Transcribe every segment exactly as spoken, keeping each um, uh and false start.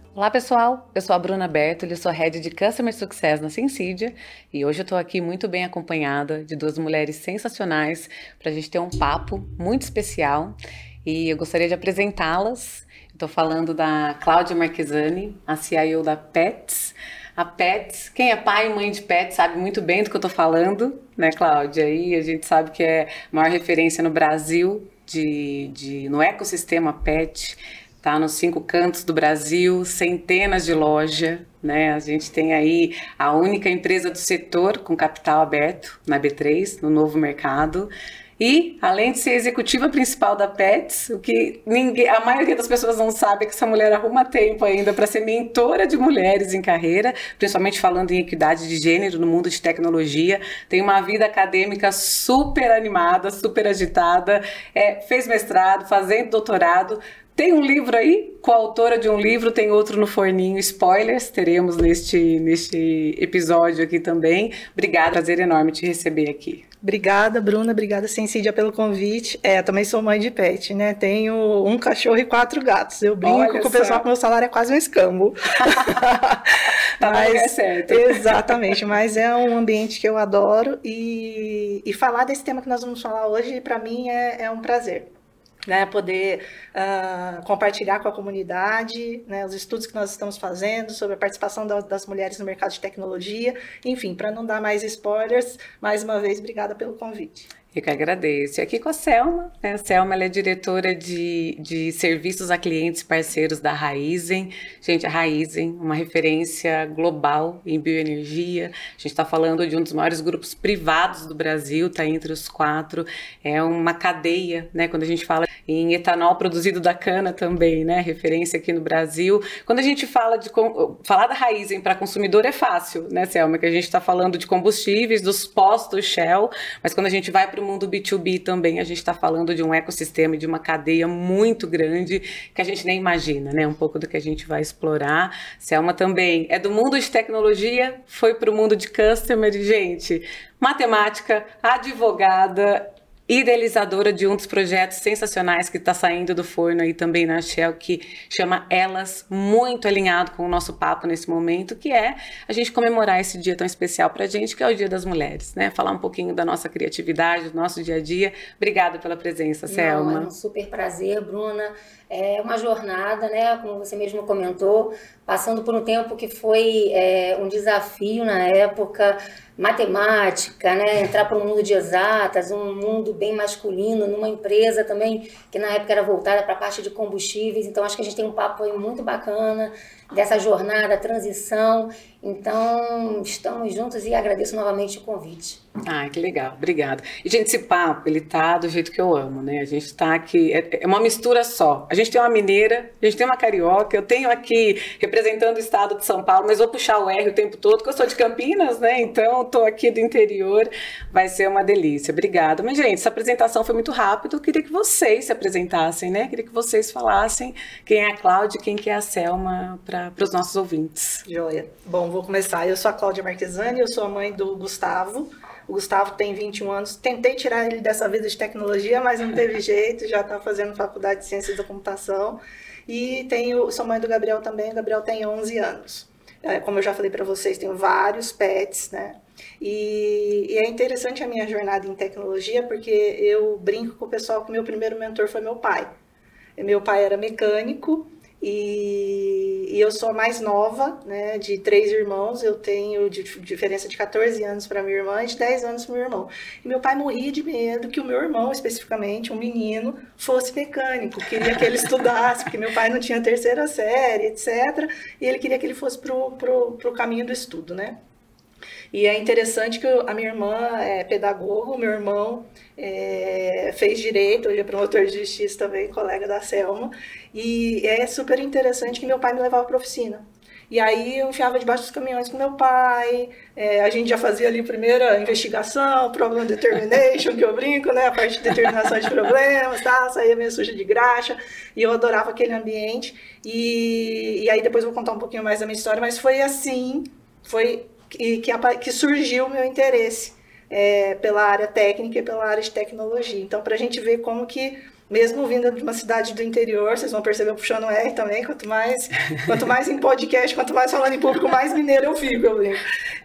Olá pessoal, eu sou a Bruna Bertoli, sou Head de Customer Success na Sensidia e hoje eu estou aqui muito bem acompanhada de duas mulheres sensacionais para a gente ter um papo muito especial e eu gostaria de apresentá-las. Estou falando da Cláudia Marquesani, a C I O da Petz. A Petz, quem é pai e mãe de Petz sabe muito bem do que eu estou falando, né, Cláudia? E a gente sabe que é a maior referência no Brasil de, de, no ecossistema pet. Tá nos cinco cantos do Brasil, centenas de lojas, né? A gente tem aí a única empresa do setor com capital aberto na B três, no novo mercado. E, além de ser executiva principal da Petz, o que ninguém, a maioria das pessoas não sabe é que essa mulher arruma tempo ainda para ser mentora de mulheres em carreira, principalmente falando em equidade de gênero no mundo de tecnologia. Tem uma vida acadêmica super animada, super agitada, é, fez mestrado, fazendo doutorado. Tem um livro aí, coautora de um livro, tem outro no forninho, spoilers, teremos neste, neste episódio aqui também. Obrigada, prazer enorme te receber aqui. Obrigada, Bruna, obrigada, Sensidia, pelo convite. É, também sou mãe de pet, né? Tenho um cachorro e quatro gatos. Eu brinco Olha com o pessoal que meu salário é quase um escambo. Tá, mas é certo. Exatamente, mas é um ambiente que eu adoro e, e falar desse tema que nós vamos falar hoje, para mim, é, é um prazer. Né, poder uh, compartilhar com a comunidade, né, os estudos que nós estamos fazendo sobre a participação da, das mulheres no mercado de tecnologia, enfim, para não dar mais spoilers, mais uma vez, obrigada pelo convite. Eu que agradeço. E aqui com a Selma, né? A Selma ela é diretora de, de serviços a clientes parceiros da Raizen. Gente, a Raizen, uma referência global em bioenergia. A gente está falando de um dos maiores grupos privados do Brasil, está entre os quatro. É uma cadeia, né? Quando a gente fala em etanol produzido da cana também, né? Referência aqui no Brasil. Quando a gente fala de falar da Raizen para consumidor é fácil, né, Selma? Que a gente está falando de combustíveis, dos postos Shell, mas quando a gente vai para o mundo B dois B também, a gente está falando de um ecossistema e de uma cadeia muito grande que a gente nem imagina, né? Um pouco do que a gente vai explorar. Selma também é do mundo de tecnologia, foi para o mundo de customer, gente, matemática, advogada, idealizadora de um dos projetos sensacionais que está saindo do forno aí também na Shell, que chama Elas, muito alinhado com o nosso papo nesse momento, que é a gente comemorar esse dia tão especial para a gente, que é o Dia das Mulheres, né? Falar um pouquinho da nossa criatividade, do nosso dia a dia. Obrigada pela presença, Selma. Não, é um super prazer, Bruna. É uma jornada, né? Como você mesmo comentou, passando por um tempo que foi é, um desafio na época, matemática, né? Entrar para o mundo de exatas, um mundo bem masculino, numa empresa também que na época era voltada para a parte de combustíveis. Então acho que a gente tem um papo aí muito bacana dessa jornada, transição. Então estamos juntos e agradeço novamente o convite. Ah, que legal, obrigada. E, gente, esse papo, ele tá do jeito que eu amo, né? A gente tá aqui, é, é uma mistura só. A gente tem uma mineira, a gente tem uma carioca, eu tenho aqui representando o estado de São Paulo, mas vou puxar o R o tempo todo, porque eu sou de Campinas, né? Então, tô aqui do interior, vai ser uma delícia. Obrigada. Mas, gente, essa apresentação foi muito rápida, eu queria que vocês se apresentassem, né? Eu queria que vocês falassem quem é a Cláudia e quem que é a Selma para os nossos ouvintes. Joia. Bom, vou começar. Eu sou a Cláudia Marquesani, eu sou a mãe do Gustavo. O Gustavo tem vinte e um anos, tentei tirar ele dessa vida de tecnologia, mas não teve jeito, já está fazendo faculdade de ciências da computação. E tenho, sou mãe do Gabriel também, o Gabriel tem onze anos. É, como eu já falei para vocês, tenho vários pets, né? E, e é interessante a minha jornada em tecnologia, porque eu brinco com o pessoal que meu primeiro mentor foi meu pai. Meu pai era mecânico, E, e eu sou a mais nova, né, de três irmãos. Eu tenho de, diferença de quatorze anos para minha irmã e de dez anos para o meu irmão. E meu pai morria de medo que o meu irmão, especificamente, um menino, fosse mecânico. Queria que ele estudasse, porque meu pai não tinha terceira série, etcétera. E ele queria que ele fosse para o caminho do estudo, né? E é interessante que a minha irmã é pedagoga, o meu irmão é, fez direito, ele é promotor de justiça também, colega da Selma. E é super interessante que meu pai me levava para a oficina. E aí eu enfiava debaixo dos caminhões com meu pai, é, a gente já fazia ali a primeira investigação, problem determination, que eu brinco, né, a parte de determinação de problemas, tá, saía meio suja de graxa, e eu adorava aquele ambiente. E, e aí depois eu vou contar um pouquinho mais da minha história, mas foi assim, foi que, que, que surgiu o meu interesse é, pela área técnica e pela área de tecnologia. Então, para a gente ver como que mesmo vindo de uma cidade do interior, vocês vão perceber eu puxando o R também, quanto mais, quanto mais em podcast, quanto mais falando em público, mais mineiro eu fico, eu brinco.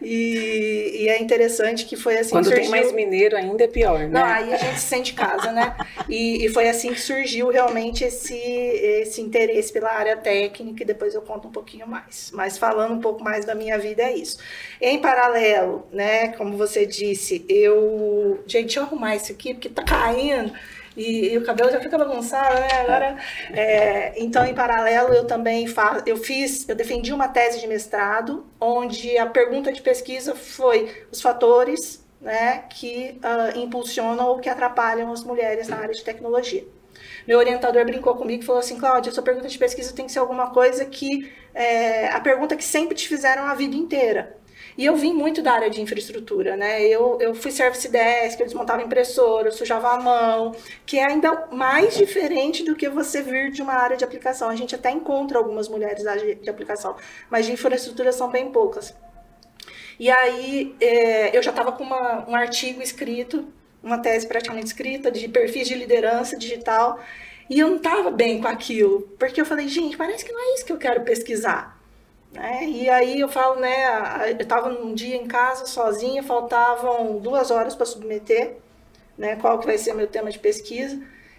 E, e é interessante que foi assim Quando que surgiu... tem mais mineiro ainda é pior, né? Não, aí a gente se sente casa, né? E, e foi assim que surgiu realmente esse, esse interesse pela área técnica, e depois eu conto um pouquinho mais. Mas falando um pouco mais da minha vida, é isso. Em paralelo, né, como você disse, eu... Gente, deixa eu arrumar isso aqui, porque tá caindo. E, e o cabelo já fica bagunçado, né? Agora, é, então, em paralelo, eu também faço, eu fiz, eu defendi uma tese de mestrado, onde a pergunta de pesquisa foi os fatores, né, que uh, impulsionam ou que atrapalham as mulheres na área de tecnologia. Meu orientador brincou comigo e falou assim: Cláudia, sua pergunta de pesquisa tem que ser alguma coisa que, é, a pergunta que sempre te fizeram a vida inteira. E eu vim muito da área de infraestrutura, né? Eu, eu fui service desk, eu desmontava impressora, eu sujava a mão, que é ainda mais diferente do que você vir de uma área de aplicação. A gente até encontra algumas mulheres da área de aplicação, mas de infraestrutura são bem poucas. E aí é, eu já estava com uma, um artigo escrito, uma tese praticamente escrita, de perfis de liderança digital, e eu não estava bem com aquilo, porque eu falei, gente, parece que não é isso que eu quero pesquisar. Né? E aí eu falo, né, eu estava num dia em casa sozinha, faltavam duas horas para submeter, né, qual que vai ser meu tema de pesquisa,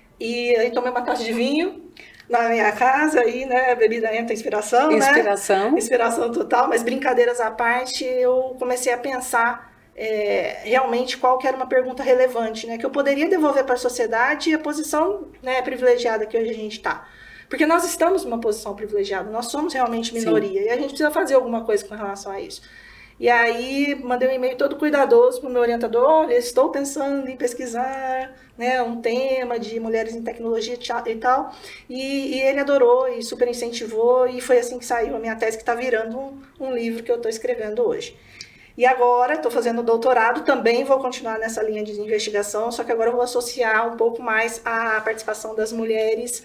e aí tomei uma taça de vinho na minha casa, aí, né, a bebida entra, inspiração, inspiração, né? Inspiração total, mas brincadeiras à parte, eu comecei a pensar é, realmente qual que era uma pergunta relevante, né, que eu poderia devolver para a sociedade e a posição, né, privilegiada que hoje a gente está. Porque nós estamos numa posição privilegiada, nós somos realmente minoria. Sim. E a gente precisa fazer alguma coisa com relação a isso. E aí, mandei um e-mail todo cuidadoso para o meu orientador: olha, estou pensando em pesquisar, né, um tema de mulheres em tecnologia e tal. E, e ele adorou e super incentivou, e foi assim que saiu a minha tese, que está virando um, um livro que eu estou escrevendo hoje. E agora, estou fazendo doutorado, também vou continuar nessa linha de investigação, só que agora eu vou associar um pouco mais a participação das mulheres,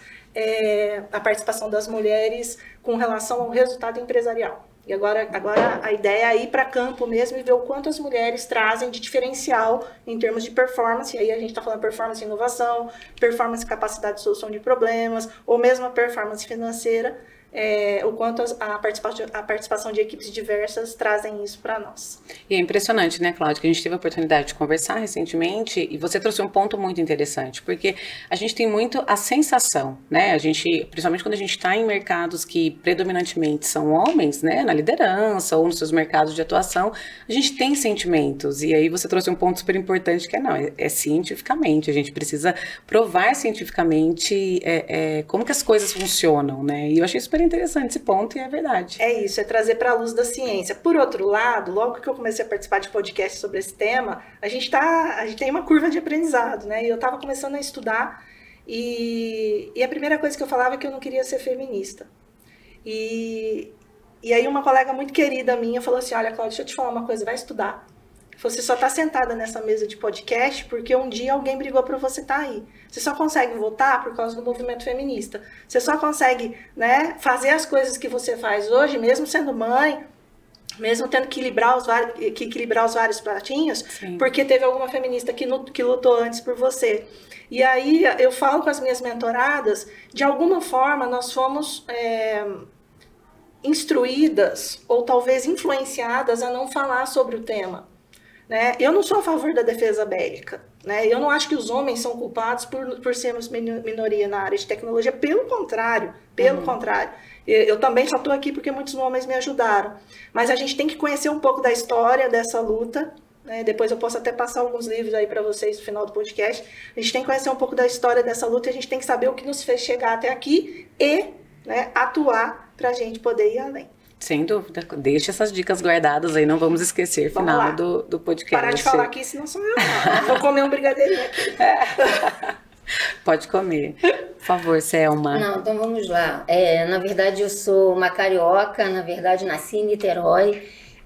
é, a participação das mulheres com relação ao resultado empresarial. E agora, agora a ideia é ir para campo mesmo e ver o quanto as mulheres trazem de diferencial em termos de performance. E aí a gente está falando performance e inovação, performance e capacidade de solução de problemas, ou mesmo a performance financeira. É, o quanto a participação, a participação de equipes diversas trazem isso para nós. E é impressionante, né, Cláudia, que a gente teve a oportunidade de conversar recentemente, e você trouxe um ponto muito interessante, porque a gente tem muito a sensação, né, a gente, principalmente quando a gente está em mercados que predominantemente são homens, né, na liderança ou nos seus mercados de atuação, a gente tem sentimentos, e aí você trouxe um ponto super importante, que é não, é, é cientificamente, a gente precisa provar cientificamente é, é, como que as coisas funcionam, né, e eu achei super interessante esse ponto, e é verdade. É isso, é trazer para a luz da ciência. Por outro lado, logo que eu comecei a participar de podcast sobre esse tema, a gente, tá, a gente tem uma curva de aprendizado, né? E eu estava começando a estudar, e, e a primeira coisa que eu falava é que eu não queria ser feminista. E, e aí uma colega muito querida minha falou assim: olha, Cláudia, deixa eu te falar uma coisa, vai estudar. Você só está sentada nessa mesa de podcast porque um dia alguém brigou para você estar aí. Você só consegue votar por causa do movimento feminista. Você só consegue, né, fazer as coisas que você faz hoje, mesmo sendo mãe, mesmo tendo que equilibrar os vários, que equilibrar os vários pratinhos, Sim. porque teve alguma feminista que, que lutou antes por você. E aí eu falo com as minhas mentoradas, de alguma forma nós fomos é, instruídas ou talvez influenciadas a não falar sobre o tema. Né? Eu não sou a favor da defesa bélica, né? Eu não acho que os homens são culpados por, por sermos minoria na área de tecnologia, pelo contrário, pelo uhum. contrário. Eu, eu também só estou aqui porque muitos homens me ajudaram, mas a gente tem que conhecer um pouco da história dessa luta, né? Depois eu posso até passar alguns livros aí para vocês no final do podcast. A gente tem que conhecer um pouco da história dessa luta, e a gente tem que saber o que nos fez chegar até aqui e, né, atuar para a gente poder ir além. Sem dúvida, deixe essas dicas guardadas aí, não vamos esquecer, vamos final do, do podcast. Parar de falar aqui, senão sou eu não. Vou comer um brigadeirinho aqui. É. Pode comer. Por favor, Selma. Não, então vamos lá. É, na verdade, eu sou uma carioca, na verdade, nasci em Niterói.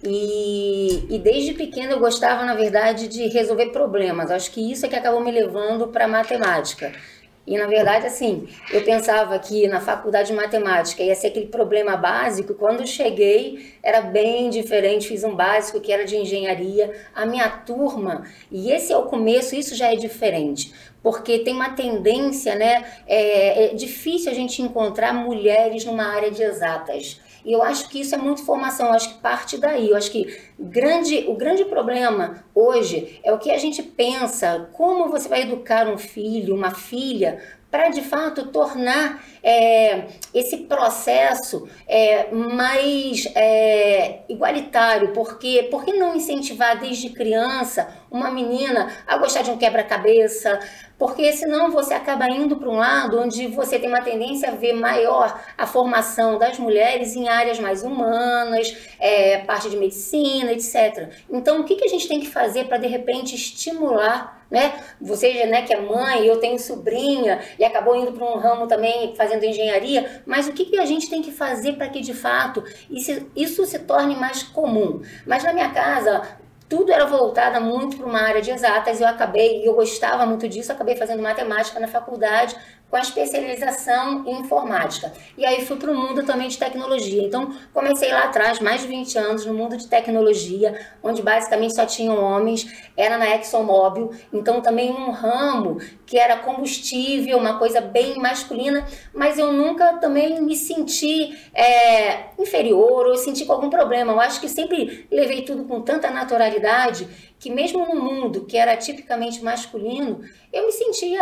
E, e desde pequena eu gostava, na verdade, de resolver problemas. Acho que isso é que acabou me levando para matemática. E, na verdade, assim, eu pensava que na faculdade de matemática ia ser aquele problema básico. Quando eu cheguei, era bem diferente. Fiz um básico que era de engenharia. A minha turma, e esse é o começo, isso já é diferente. porque tem uma tendência, né, é, é difícil a gente encontrar mulheres numa área de exatas. E eu acho que isso é muita informação, eu acho que parte daí. Eu acho que grande, o grande problema hoje é o que a gente pensa, como você vai educar um filho, uma filha, para de fato tornar é, esse processo é, mais é, igualitário, porque por que não incentivar desde criança uma menina a gostar de um quebra-cabeça? Porque senão você acaba indo para um lado onde você tem uma tendência a ver maior a formação das mulheres em áreas mais humanas, é, parte de medicina, etcétera. Então, o que, que a gente tem que fazer para, de repente, estimular, né? Você, né, que é mãe, eu tenho sobrinha e acabou indo para um ramo também fazendo engenharia, mas o que, que a gente tem que fazer para que, de fato, isso, isso se torne mais comum? Mas na minha casa, tudo era voltado muito para uma área de exatas e eu acabei, e eu gostava muito disso, acabei fazendo matemática na faculdade com a especialização em informática. E aí fui para o mundo também de tecnologia. Então, comecei lá atrás, mais de vinte anos, no mundo de tecnologia, onde basicamente só tinham homens, era na ExxonMobil, então também um ramo que era combustível, uma coisa bem masculina, mas eu nunca também me senti é, inferior ou senti com algum problema. Eu acho que sempre levei tudo com tanta naturalidade que mesmo no mundo que era tipicamente masculino, eu me sentia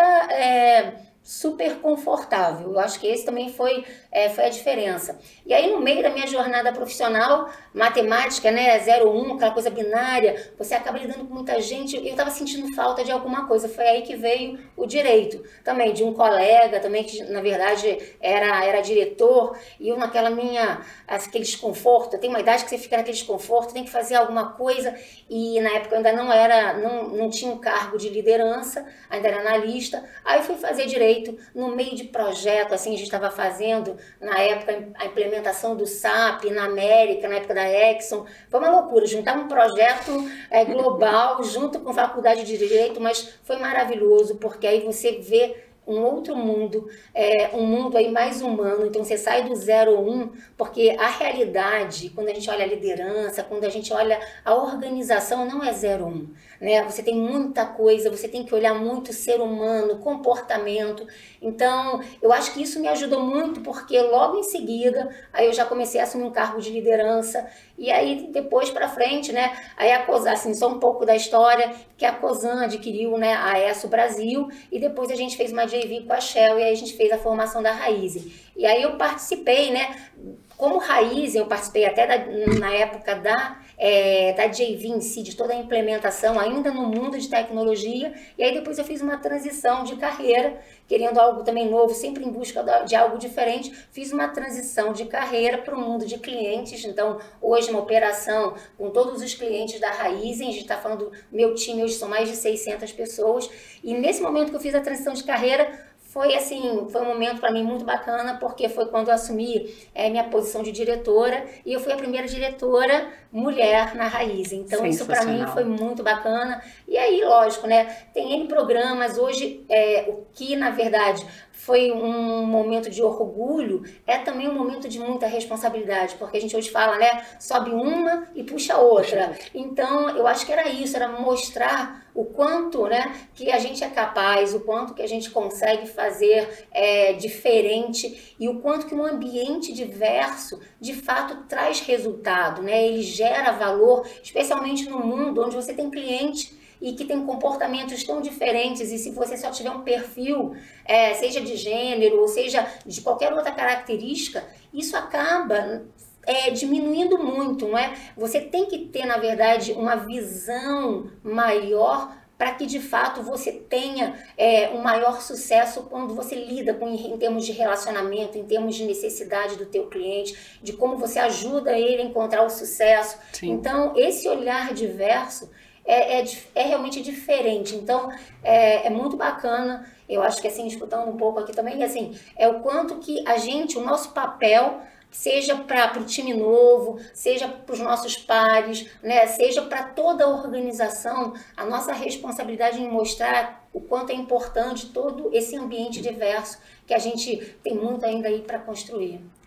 é, super confortável. Eu acho que esse também foi, é, foi a diferença. E aí no meio da minha jornada profissional, matemática, né, zero um, aquela coisa binária, você acaba lidando com muita gente, eu estava sentindo falta de alguma coisa. Foi aí que veio o direito, também de um colega, também que na verdade era, era diretor, e eu naquela minha, aquele desconforto, tem uma idade que você fica naquele desconforto, tem que fazer alguma coisa, e na época eu ainda não era, não, não tinha um cargo de liderança, ainda era analista, aí eu fui fazer direito, no meio de projeto, assim, a gente estava fazendo, na época, a implementação do S A P na América, na época da Exxon, foi uma loucura, juntar um projeto é, global junto com a faculdade de Direito, mas foi maravilhoso, porque aí você vê um outro mundo, é, um mundo aí mais humano, então você sai do zero um, porque a realidade, quando a gente olha a liderança, quando a gente olha a organização, não é zero um, né? Você tem muita coisa, você tem que olhar muito o ser humano, comportamento, então eu acho que isso me ajudou muito, porque logo em seguida, aí eu já comecei a assumir um cargo de liderança, e aí depois para frente, né, aí a Cosan, assim, só um pouco da história, que a Cosan adquiriu, né, a ESSO Brasil, e depois a gente fez uma J V com a Shell, e aí a gente fez a formação da Raizen. E aí eu participei, né, como Raizen, eu participei até da, na época da, é, da J V em si, de toda a implementação, ainda no mundo de tecnologia, e aí depois eu fiz uma transição de carreira, querendo algo também novo, sempre em busca de algo diferente, fiz uma transição de carreira para o mundo de clientes. Então, hoje uma operação com todos os clientes da Raizen, a gente está falando, meu time hoje são mais de seiscentas pessoas, e nesse momento que eu fiz a transição de carreira, foi assim, foi um momento para mim muito bacana, porque foi quando eu assumi é, minha posição de diretora, e eu fui a primeira diretora mulher na Raizen. Então isso para mim foi muito bacana. E aí, lógico, né, tem N programas, hoje é, o que na verdade foi um momento de orgulho, é também um momento de muita responsabilidade, porque a gente hoje fala, né, sobe uma e puxa outra. Então, eu acho que era isso, era mostrar o quanto, né, que a gente é capaz, o quanto que a gente consegue fazer é, diferente e o quanto que um ambiente diverso, de fato, traz resultado, né, ele gera valor, especialmente no mundo onde você tem cliente e que tem comportamentos tão diferentes, e se você só tiver um perfil, é, seja de gênero, ou seja de qualquer outra característica, isso acaba é, diminuindo muito, não é? Você tem que ter, na verdade, uma visão maior para que, de fato, você tenha é, um maior sucesso quando você lida com, em termos de relacionamento, em termos de necessidade do teu cliente, de como você ajuda ele a encontrar o sucesso. Sim. Então, esse olhar diverso É, é, é realmente diferente, então é, é muito bacana. Eu acho que assim, escutando um pouco aqui também, assim, é o quanto que a gente, o nosso papel, seja para o time novo, seja para os nossos pares, né, seja para toda a organização, a nossa responsabilidade em mostrar o quanto é importante todo esse ambiente diverso que a gente tem muito ainda aí para construir.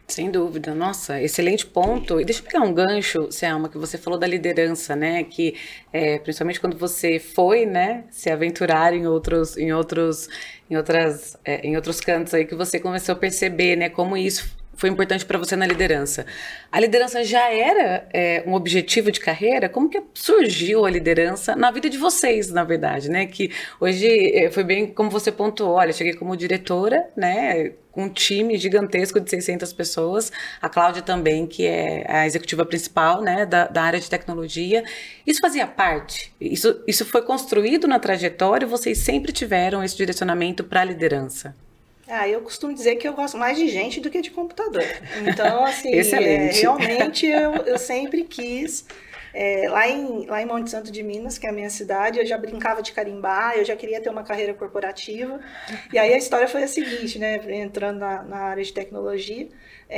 Sem dúvida, nossa, excelente ponto. E deixa eu pegar um gancho, Selma, que você falou da liderança, né? Que é, principalmente quando você foi, né, se aventurar em outros, em outros, em outras, é, em outros cantos aí que você começou a perceber, né, como isso foi importante para você na liderança. A liderança já era é, um objetivo de carreira? Como que surgiu a liderança na vida de vocês, na verdade, né? Que hoje é, foi bem como você pontuou. Olha, cheguei como diretora, né? Com um time gigantesco de seiscentas pessoas. A Cláudia também, que é a executiva principal, né? Da, da área de tecnologia. Isso fazia parte? Isso, isso foi construído na trajetória? Vocês sempre tiveram esse direcionamento para a liderança? Ah, eu costumo dizer que eu gosto mais de gente do que de computador. Então, assim, é, realmente eu, eu sempre quis. É, lá, em, lá em Monte Santo de Minas, que é a minha cidade, eu já brincava de carimbar, eu já queria ter uma carreira corporativa. E aí a história foi a seguinte, né? Entrando na, na área de tecnologia,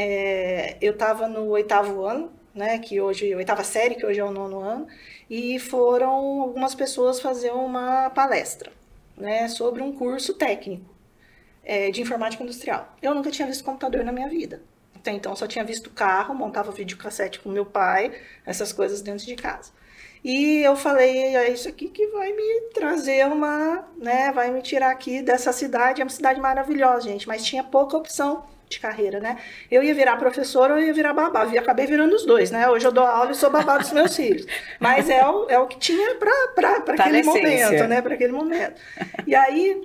é, eu estava no oitavo ano, né? Que hoje, oitava série, que hoje é o nono ano, e foram algumas pessoas fazer uma palestra, né? Sobre um curso técnico. É, de informática industrial. Eu nunca tinha visto computador na minha vida. Até então, só tinha visto carro, montava videocassete com meu pai, essas coisas dentro de casa. E eu falei, é isso aqui que vai me trazer uma, né, vai me tirar aqui dessa cidade. É uma cidade maravilhosa, gente, mas tinha pouca opção de carreira, né? Eu ia virar professora ou eu ia virar babá. Eu acabei virando os dois, né? Hoje eu dou aula e sou babá dos meus filhos. Mas é o, é o que tinha para tá aquele momento, né? Para aquele momento. E aí...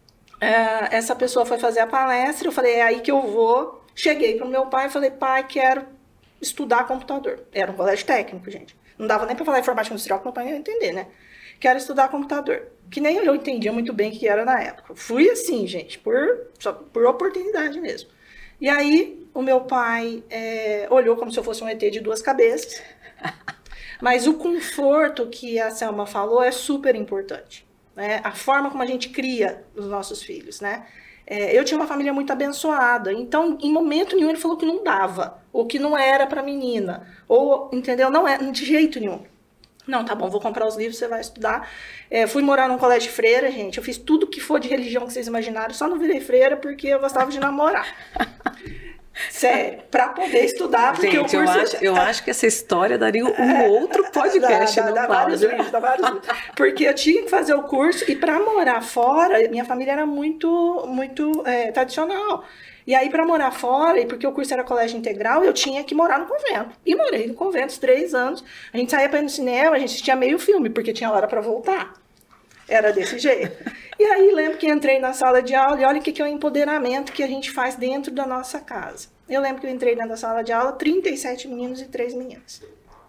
Uh, essa pessoa foi fazer a palestra, eu falei, é aí que eu vou. Cheguei pro meu pai e falei, pai, quero estudar computador. Era um colégio técnico, gente. Não dava nem para falar informática industrial, que meu pai não ia entender, né? Quero estudar computador. Que nem eu entendia muito bem o que era na época. Fui assim, gente, por, só por oportunidade mesmo. E aí, o meu pai é, olhou como se eu fosse um E T de duas cabeças. Mas o conforto que a Selma falou é super importante. Né? A forma como a gente cria os nossos filhos, né? É, eu tinha uma família muito abençoada, então em momento nenhum ele falou que não dava, ou que não era para menina, ou, entendeu? Não é de jeito nenhum. Não, tá bom, vou comprar os livros, você vai estudar. É, fui morar num colégio de freira, gente, eu fiz tudo que for de religião que vocês imaginaram, só não virei freira porque eu gostava de namorar. Sério, para poder estudar, porque gente, o curso... eu acho, eu acho que essa história daria um outro podcast, dá, dá, dá vários livros, dá vários livros. Porque eu tinha que fazer o curso, e para morar fora, minha família era muito, muito é, tradicional. E aí, para morar fora, e porque o curso era colégio integral, eu tinha que morar no convento. E morei no convento os três anos. A gente saía para ir no cinema, a gente assistia meio filme, porque tinha hora para voltar. Era desse jeito. E aí, lembro que entrei na sala de aula, e olha o que é o empoderamento que a gente faz dentro da nossa casa. Eu lembro que eu entrei dentro da sala de aula, trinta e sete meninos e três meninas.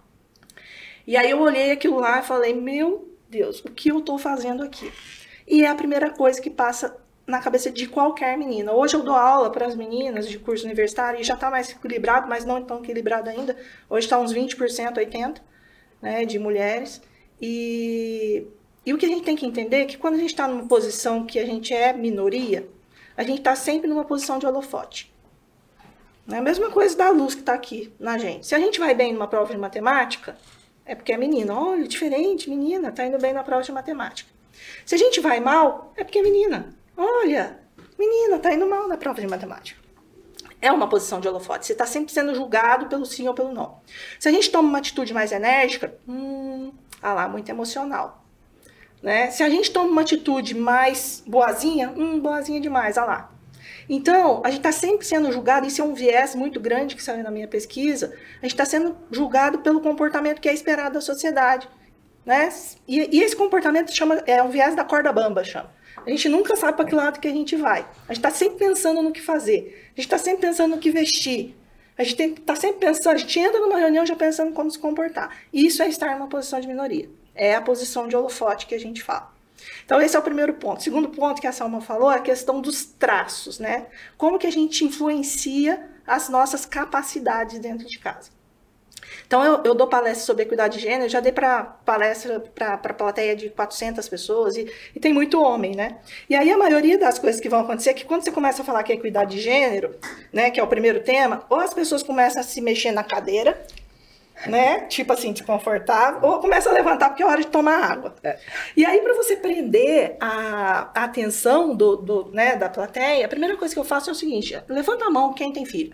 E aí eu olhei aquilo lá e falei, meu Deus, o que eu estou fazendo aqui? E é a primeira coisa que passa na cabeça de qualquer menina. Hoje eu dou aula para as meninas de curso universitário, e já está mais equilibrado, mas não tão equilibrado ainda. Hoje está uns vinte por cento, oitenta por cento, né, de mulheres. E... E o que a gente tem que entender é que quando a gente está numa posição que a gente é minoria, a gente está sempre numa posição de holofote. É a mesma coisa da luz que está aqui na gente. Se a gente vai bem numa prova de matemática, é porque é menina. Olha, diferente, menina, está indo bem na prova de matemática. Se a gente vai mal, é porque é menina. Olha, menina, está indo mal na prova de matemática. É uma posição de holofote. Você está sempre sendo julgado pelo sim ou pelo não. Se a gente toma uma atitude mais enérgica, hum, ah lá, muito emocional. Né? Se a gente toma uma atitude mais boazinha, hum, boazinha demais, olha lá. Então, a gente está sempre sendo julgado, isso é um viés muito grande que saiu na minha pesquisa, a gente está sendo julgado pelo comportamento que é esperado da sociedade. Né? E, e esse comportamento chama, é um viés da corda bamba, chama. A gente nunca sabe para que lado que a gente vai. A gente está sempre pensando no que fazer, a gente está sempre pensando no que vestir, a gente está sempre pensando, a gente entra numa reunião já pensando em como se comportar. E isso é estar numa posição de minoria. É a posição de holofote que a gente fala. Então, esse é o primeiro ponto. O segundo ponto que a Selma falou é a questão dos traços, né? Como que a gente influencia as nossas capacidades dentro de casa. Então, eu, eu dou palestra sobre equidade de gênero, já dei pra palestra para a plateia de quatrocentas pessoas, e, e tem muito homem, né? E aí, a maioria das coisas que vão acontecer é que quando você começa a falar que é equidade de gênero, né, que é o primeiro tema, ou as pessoas começam a se mexer na cadeira, né? Tipo assim, desconfortável, ou começa a levantar porque é hora de tomar água. É. E aí, para você prender a, a atenção do, do, né, da plateia, a primeira coisa que eu faço é o seguinte: levanta a mão quem tem filho.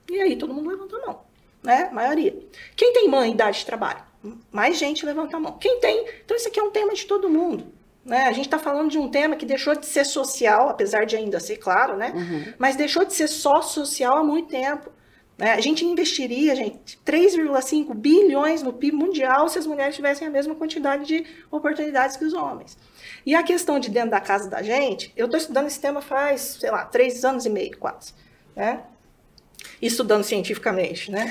E aí todo mundo levanta a mão, né? A maioria. Quem tem mãe em idade de trabalho? Mais gente levanta a mão. Quem tem? Então isso aqui é um tema de todo mundo. Né? A gente está falando de um tema que deixou de ser social, apesar de ainda ser, claro, né? Uhum. Mas deixou de ser só social há muito tempo. Né? A gente investiria, gente, três vírgula cinco bilhões no P I B mundial se as mulheres tivessem a mesma quantidade de oportunidades que os homens. E a questão de dentro da casa da gente, eu estou estudando esse tema faz, sei lá, três anos e meio quase, né? Estudando cientificamente, né?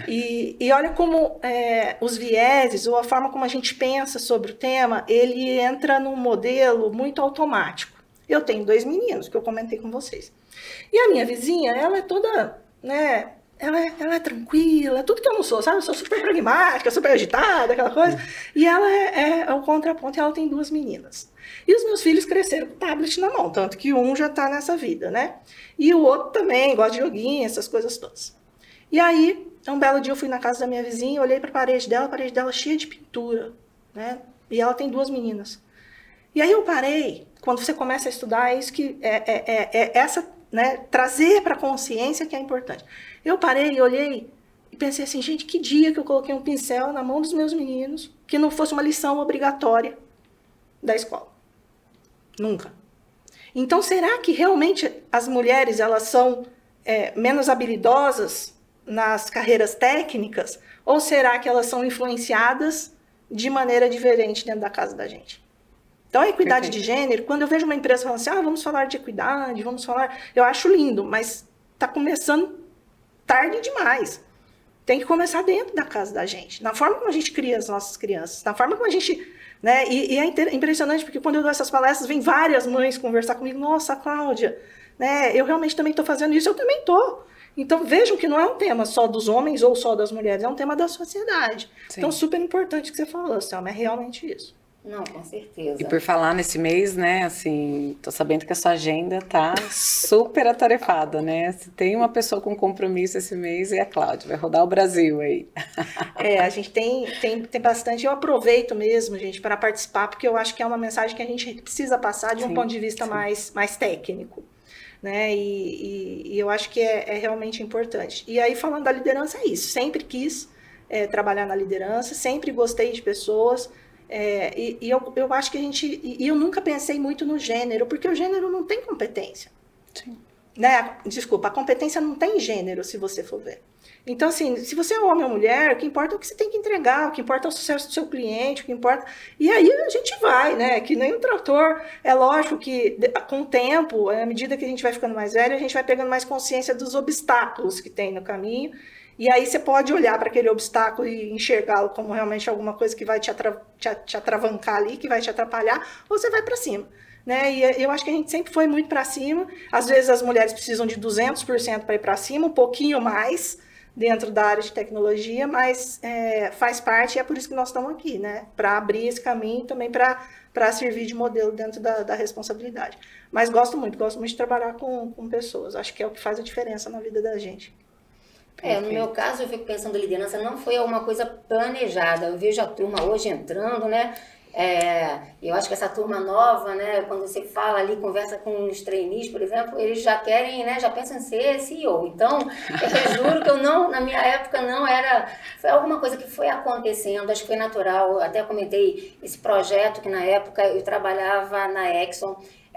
E, e olha como é, os vieses, ou a forma como a gente pensa sobre o tema, ele entra num modelo muito automático. Eu tenho dois meninos, que eu comentei com vocês. E a minha vizinha, ela é toda, né? Ela é, ela é tranquila, tudo que eu não sou, sabe? Eu sou super pragmática, super agitada, aquela coisa. E ela é, é, é o contraponto, e ela tem duas meninas. E os meus filhos cresceram com o tablet na mão, tanto que um já está nessa vida, né? E o outro também gosta de joguinho, essas coisas todas. E aí, um belo dia eu fui na casa da minha vizinha, olhei para a parede dela, a parede dela cheia de pintura, né? E ela tem duas meninas. E aí eu parei, quando você começa a estudar, é isso que é, é, é, é essa, né? Trazer para a consciência que é importante. Eu parei e olhei e pensei assim, gente, que dia que eu coloquei um pincel na mão dos meus meninos que não fosse uma lição obrigatória da escola. Nunca. Então, será que realmente as mulheres elas são é, menos habilidosas nas carreiras técnicas? Ou será que elas são influenciadas de maneira diferente dentro da casa da gente? Então, a equidade Perfeito. De gênero, quando eu vejo uma empresa falando assim, ah, vamos falar de equidade, vamos falar... Eu acho lindo, mas está começando tarde demais. Tem que começar dentro da casa da gente, na forma como a gente cria as nossas crianças, na forma como a gente... Né? E, e é impressionante, porque quando eu dou essas palestras, vem várias mães conversar comigo, nossa, Cláudia, né? Eu realmente também estou fazendo isso, eu também estou. Então, vejam que não é um tema só dos homens ou só das mulheres, é um tema da sociedade. Sim. Então, super importante que você falou, Selma, é realmente isso. Não, com certeza. E por falar nesse mês, né, assim, tô sabendo que a sua agenda tá super atarefada, né? Se tem uma pessoa com compromisso esse mês, é a Cláudia, vai rodar o Brasil aí. É, a gente tem, tem, tem bastante, eu aproveito mesmo, gente, para participar, porque eu acho que é uma mensagem que a gente precisa passar de um sim, ponto de vista mais, mais técnico, né? E, e, e eu acho que é, é realmente importante. E aí, falando da liderança, é isso. Sempre quis é, trabalhar na liderança, sempre gostei de pessoas. É, e e eu, eu acho que a gente... E eu nunca pensei muito no gênero, porque o gênero não tem competência. Sim. Né? Desculpa, a competência não tem gênero, se você for ver. Então, assim, se você é homem ou mulher, o que importa é o que você tem que entregar, o que importa é o sucesso do seu cliente, o que importa... E aí a gente vai, né? Que nem um trator. É lógico que, com o tempo, à medida que a gente vai ficando mais velho, a gente vai pegando mais consciência dos obstáculos que tem no caminho. E aí você pode olhar para aquele obstáculo e enxergá-lo como realmente alguma coisa que vai te, atra, te, te atravancar ali, que vai te atrapalhar, ou você vai para cima. Né? E eu acho que a gente sempre foi muito para cima. Às vezes as mulheres precisam de duzentos por cento para ir para cima, um pouquinho mais dentro da área de tecnologia, mas é, faz parte e é por isso que nós estamos aqui, né? Para abrir esse caminho também para servir de modelo dentro da, da responsabilidade. Mas gosto muito, gosto muito de trabalhar com, com pessoas. Acho que é o que faz a diferença na vida da gente. É, no meu caso, eu fico pensando, liderança não foi alguma coisa planejada. Eu vejo a turma hoje entrando, né? É, eu acho que essa turma nova, né? Quando você fala ali, conversa com os trainees, por exemplo, eles já querem, né? Já pensam em ser C E O. Então, eu juro que eu não, na minha época, não era... Foi alguma coisa que foi acontecendo, acho que foi natural. Eu até comentei esse projeto que, na época, eu trabalhava na Exxon.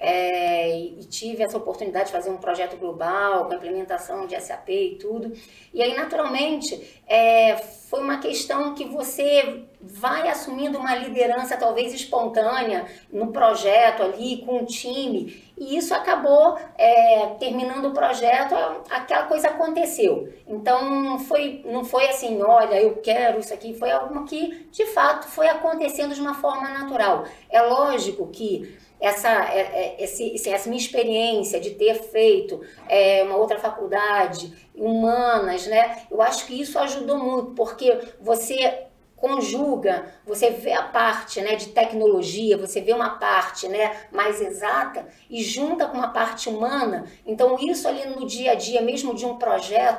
É, e tive essa oportunidade de fazer um projeto global com a implementação de S A P e tudo. E aí, naturalmente, é, foi uma questão que você vai assumindo uma liderança talvez espontânea no projeto ali, com o time. E isso acabou é, terminando o projeto, aquela coisa aconteceu. Então, foi, não foi assim, olha, eu quero isso aqui. Foi algo que, de fato, foi acontecendo de uma forma natural. É lógico que Essa, esse, essa minha experiência de ter feito é, uma outra faculdade, humanas, né? Eu acho que isso ajudou muito, porque você conjuga, você vê a parte, né, de tecnologia, você vê uma parte, né, mais exata e junta com uma parte humana. Então, isso ali no dia a dia, mesmo de um projeto,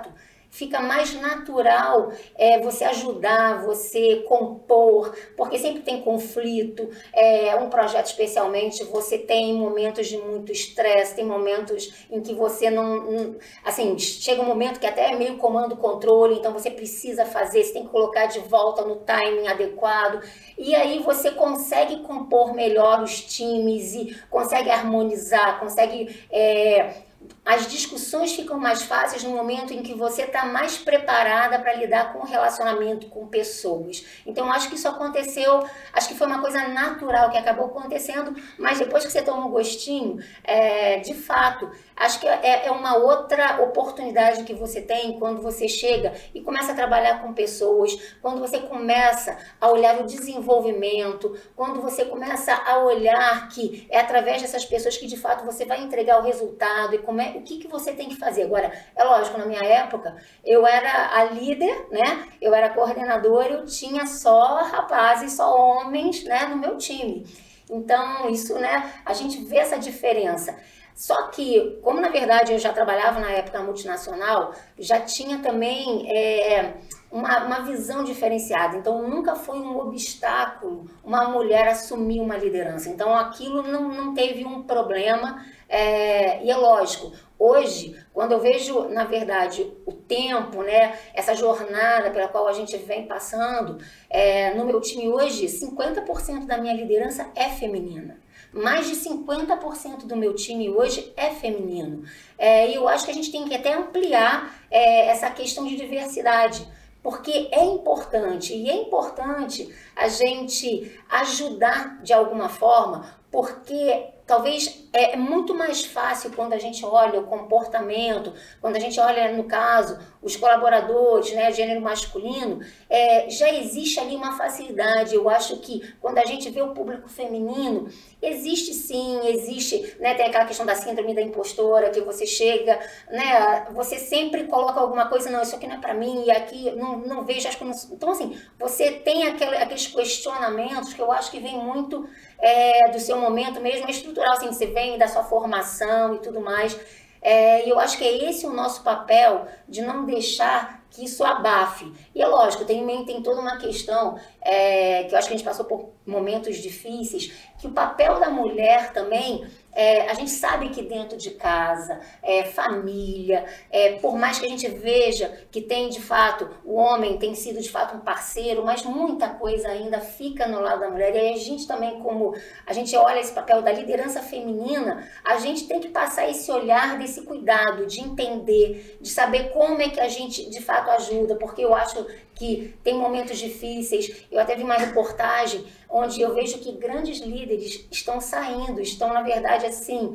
fica mais natural é, você ajudar, você compor, porque sempre tem conflito, é, um projeto especialmente, você tem momentos de muito estresse, tem momentos em que você não, não, assim, chega um momento que até é meio comando-controle, então você precisa fazer, você tem que colocar de volta no timing adequado, e aí você consegue compor melhor os times e consegue harmonizar, consegue... É, as discussões ficam mais fáceis no momento em que você está mais preparada para lidar com o relacionamento com pessoas. Então, acho que isso aconteceu, acho que foi uma coisa natural que acabou acontecendo, mas depois que você toma um gostinho, é, de fato, acho que é, é uma outra oportunidade que você tem quando você chega e começa a trabalhar com pessoas, quando você começa a olhar o desenvolvimento, quando você começa a olhar que é através dessas pessoas que de fato você vai entregar o resultado e como é, o que, que você tem que fazer. Agora, é lógico, na minha época, eu era a líder, né? Eu era coordenadora, eu tinha só rapazes, só homens, né, no meu time. Então, isso, né, a gente vê essa diferença. Só que, como na verdade eu já trabalhava na época multinacional, já tinha também é, uma, uma visão diferenciada. Então, nunca foi um obstáculo uma mulher assumir uma liderança. Então, aquilo não, não teve um problema. É, e é lógico, hoje, quando eu vejo, na verdade, o tempo, né, essa jornada pela qual a gente vem passando, é, no meu time hoje, cinquenta por cento da minha liderança é feminina. Mais de cinquenta por cento do meu time hoje é feminino. É, e eu acho que a gente tem que até ampliar é, essa questão de diversidade, porque é importante, e é importante a gente ajudar de alguma forma, porque talvez é muito mais fácil quando a gente olha o comportamento, quando a gente olha, no caso, os colaboradores, né, gênero masculino, é, já existe ali uma facilidade. Eu acho que quando a gente vê o público feminino, existe sim, existe, né, tem aquela questão da síndrome da impostora, que você chega, né, você sempre coloca alguma coisa, não, isso aqui não é pra mim, e aqui não, não vejo, acho que não... Então, assim, você tem aquele, aqueles questionamentos que eu acho que vem muito é, do seu momento mesmo, é estrutural, assim, você vem da sua formação e tudo mais, é, e eu acho que é esse o nosso papel, de não deixar que isso abafe. E é lógico, tem, tem toda uma questão, é, que eu acho que a gente passou por momentos difíceis, que o papel da mulher também, é, a gente sabe que dentro de casa, é, família, é, por mais que a gente veja que tem de fato, o homem tem sido de fato um parceiro, mas muita coisa ainda fica no lado da mulher. E aí a gente também, como a gente olha esse papel da liderança feminina, a gente tem que passar esse olhar desse cuidado, de entender, de saber como é que a gente de fato ajuda, porque eu acho que tem momentos difíceis. Eu até vi uma reportagem onde eu vejo que grandes líderes estão saindo, estão, na verdade, assim,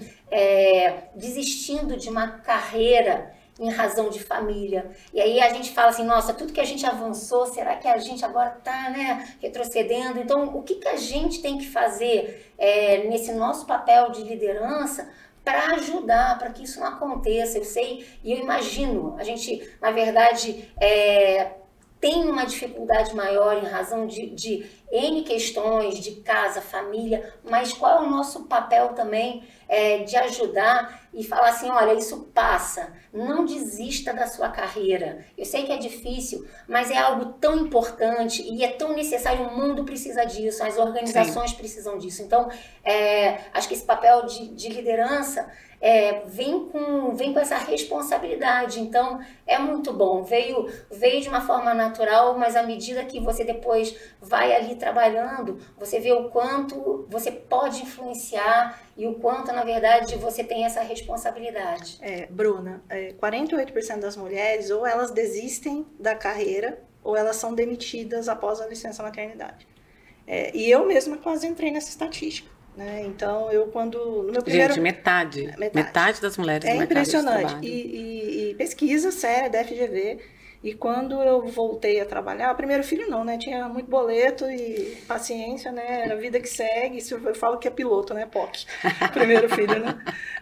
é, desistindo de uma carreira em razão de família. E aí a gente fala assim, nossa, tudo que a gente avançou, será que a gente agora está, né, retrocedendo? Então, o que, que a gente tem que fazer é, nesse nosso papel de liderança para ajudar, para que isso não aconteça? Eu sei e eu imagino, a gente, na verdade, é, tem uma dificuldade maior em razão de, de N questões, de casa, família, mas qual é o nosso papel também é, de ajudar e falar assim, olha, isso passa, não desista da sua carreira. Eu sei que é difícil, mas é algo tão importante e é tão necessário, o mundo precisa disso, as organizações Sim. precisam disso. Então, é, acho que esse papel de, de liderança É, vem, com, vem com essa responsabilidade. Então é muito bom, veio, veio de uma forma natural, mas à medida que você depois vai ali trabalhando, você vê o quanto você pode influenciar e o quanto, na verdade, você tem essa responsabilidade. É, Bruna, é, quarenta e oito por cento das mulheres ou elas desistem da carreira ou elas são demitidas após a licença maternidade. É, e eu mesma quase entrei nessa estatística. Né? Então, eu quando... No meu primeiro... Gente, metade, metade. Metade das mulheres é no impressionante. E, e, e pesquisa séria da F G V. E quando eu voltei a trabalhar, o primeiro filho não, né? Tinha muito boleto e paciência, né? Era a vida que segue. Eu falo que é piloto, né? P O C. Primeiro filho, né?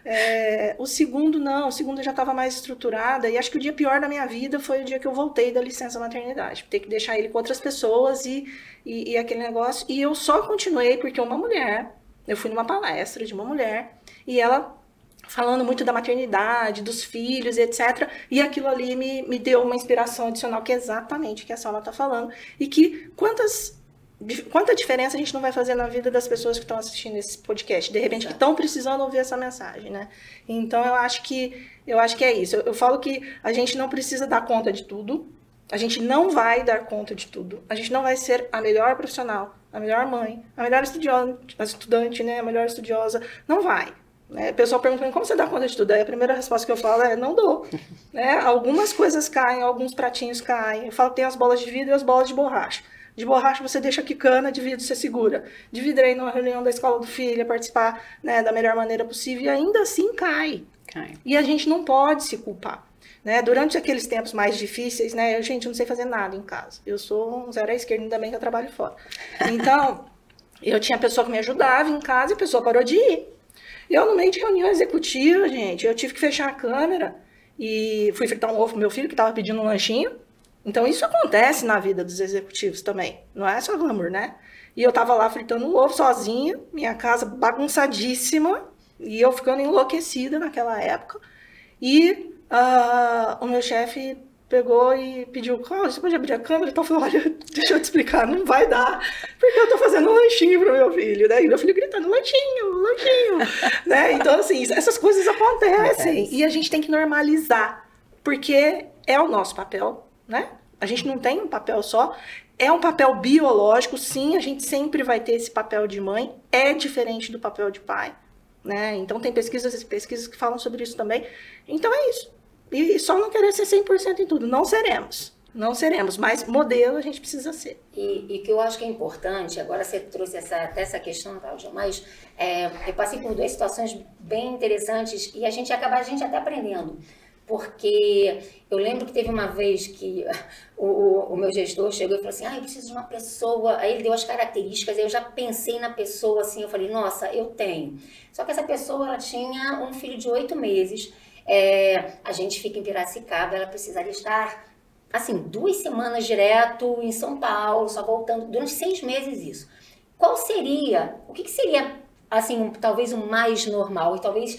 É, o segundo não. O segundo eu já estava mais estruturada. E acho que o dia pior da minha vida foi o dia que eu voltei da licença maternidade. Ter que deixar ele com outras pessoas e, e, e aquele negócio. E eu só continuei porque uma mulher... Eu fui numa palestra de uma mulher e ela falando muito da maternidade, dos filhos, etcétera. E aquilo ali me, me deu uma inspiração adicional, que é exatamente o que a Selma está falando. E que quantas, quanta diferença a gente não vai fazer na vida das pessoas que estão assistindo esse podcast, de repente, que estão precisando ouvir essa mensagem, né? Então, eu acho que, eu acho que é isso. Eu, eu falo que a gente não precisa dar conta de tudo, a gente não vai dar conta de tudo, a gente não vai ser a melhor profissional, a melhor mãe, a melhor estudiosa, a estudante, né? A melhor estudiosa, não vai. Né? O pessoal pergunta como você dá conta de tudo. Aí a primeira resposta que eu falo é não dou. Né? Algumas coisas caem, alguns pratinhos caem. Eu falo que tem as bolas de vidro e as bolas de borracha. De borracha você deixa quicando, de vidro você segura. De vidro aí numa reunião da escola do filho, participar, né, da melhor maneira possível, e ainda assim cai. cai. E a gente não pode se culpar. Né? Durante aqueles tempos mais difíceis, né, eu, gente, eu não sei fazer nada em casa. Eu sou um zero à esquerda, ainda bem que eu trabalho fora. Então, eu tinha pessoa que me ajudava em casa e a pessoa parou de ir. Eu, no meio de reunião executiva, gente, eu tive que fechar a câmera e fui fritar um ovo pro meu filho, que estava pedindo um lanchinho. Então, isso acontece na vida dos executivos também. Não é só glamour, né? E eu tava lá fritando um ovo sozinha, minha casa bagunçadíssima, e eu ficando enlouquecida naquela época. E uh, o meu chefe pegou e pediu, Cláudia, você pode abrir a câmera? Então eu falei, olha, deixa eu te explicar, não vai dar, porque eu tô fazendo um lanchinho pro meu filho. Daí meu filho gritando, lanchinho, lanchinho. Né? Então, assim, essas coisas acontecem e a gente tem que normalizar, porque é o nosso papel, né? A gente não tem um papel só, é um papel biológico, sim, a gente sempre vai ter esse papel de mãe, é diferente do papel de pai, né? Então tem pesquisas e pesquisas que falam sobre isso também. Então é isso. E só não querer ser cem por cento em tudo. Não seremos. Não seremos. Mas modelo a gente precisa ser. E que eu acho que é importante, agora você trouxe essa, até essa questão, Cláudia, mas é, eu passei por duas situações bem interessantes e a gente acaba a gente até aprendendo. Porque eu lembro que teve uma vez que o, o, o meu gestor chegou e falou assim, ah, eu preciso de uma pessoa, aí ele deu as características, aí eu já pensei na pessoa assim, eu falei, nossa, eu tenho. Só que essa pessoa, ela tinha um filho de oito meses, é, a gente fica em Piracicaba, ela precisaria estar, assim, duas semanas direto em São Paulo, só voltando, durante seis meses isso. Qual seria, o que, que seria, assim, um, talvez o mais normal, e talvez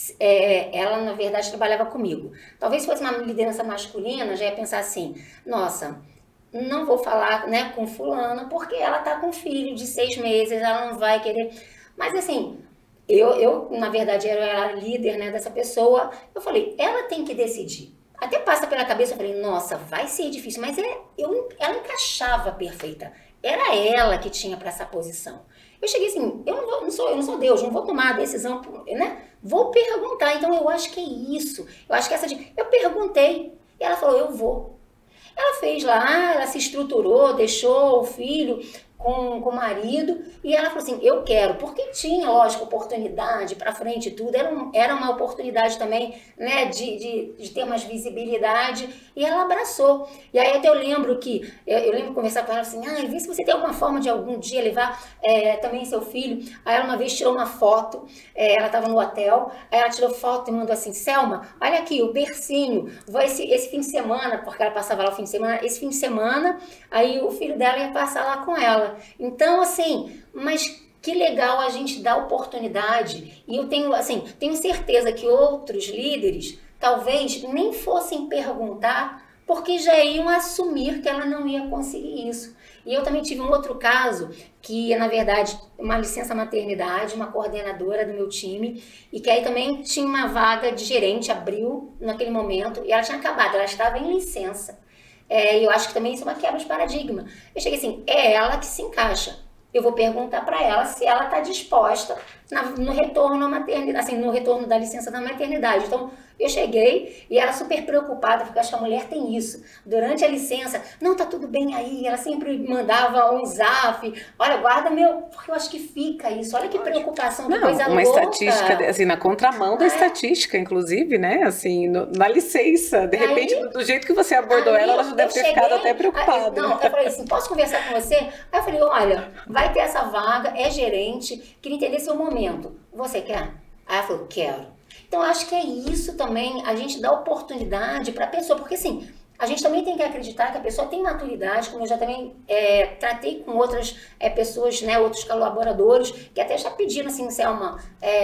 é, ela, na verdade, trabalhava comigo. Talvez se fosse uma liderança masculina, já ia pensar assim, nossa, não vou falar, né, com fulana, porque ela tá com um filho de seis meses, ela não vai querer, mas assim... Eu, eu, na verdade, era a líder, né, dessa pessoa. Eu falei, ela tem que decidir. Até passa pela cabeça, eu falei, nossa, vai ser difícil. Mas é, eu, ela encaixava perfeita. Era ela que tinha para essa posição. Eu cheguei assim, eu não, vou, não, sou, eu não sou Deus, não vou tomar a decisão, né? Vou perguntar. Então, eu acho que é isso. Eu acho que essa... Eu perguntei. E ela falou, eu vou. Ela fez lá, ela se estruturou, deixou o filho... Com, com o marido, e ela falou assim, eu quero, porque tinha, lógico, oportunidade para frente e tudo, era, um, era uma oportunidade também, né, de, de, de ter mais visibilidade, e ela abraçou. E aí até eu lembro que, eu, eu lembro de conversar com ela assim, ah, vê se você tem alguma forma de algum dia levar é, também seu filho. Aí ela uma vez tirou uma foto, é, ela estava no hotel, aí ela tirou foto e mandou assim, Selma, olha aqui, o bercinho, vou esse, esse fim de semana, porque ela passava lá o fim de semana, esse fim de semana, aí o filho dela ia passar lá com ela. Então, assim, mas que legal a gente dar oportunidade. E eu tenho, assim, tenho certeza que outros líderes talvez nem fossem perguntar, porque já iam assumir que ela não ia conseguir isso. E eu também tive um outro caso, que na verdade, uma licença maternidade, uma coordenadora do meu time, e que aí também tinha uma vaga de gerente, abriu naquele momento, e ela tinha acabado, ela estava em licença. É, eu acho que também isso é uma quebra de paradigma. Eu cheguei assim, é ela que se encaixa. Eu vou perguntar para ela se ela está disposta na, no retorno à maternidade, assim, no retorno da licença da maternidade. Então, eu cheguei e ela super preocupada, porque eu acho que a mulher tem isso. Durante a licença, não, tá tudo bem aí. Ela sempre mandava um zap. Olha, guarda meu... Porque eu acho que fica isso. Olha que preocupação, que não, coisa uma louca. Estatística, assim, na contramão da é. estatística, inclusive, né? Assim, no, na licença. De aí, repente, do jeito que você abordou aí, ela, ela já deve ter cheguei, ficado até preocupada. Aí, não, eu falei assim, posso conversar com você? Aí eu falei, olha, vai ter essa vaga, é gerente, queria entender seu momento. Você quer? Aí ela falou, quero. Então, eu acho que é isso também, a gente dá oportunidade para a pessoa, porque assim, a gente também tem que acreditar que a pessoa tem maturidade, como eu já também é, tratei com outras é, pessoas, né, outros colaboradores, que até já pediram assim, Selma, é,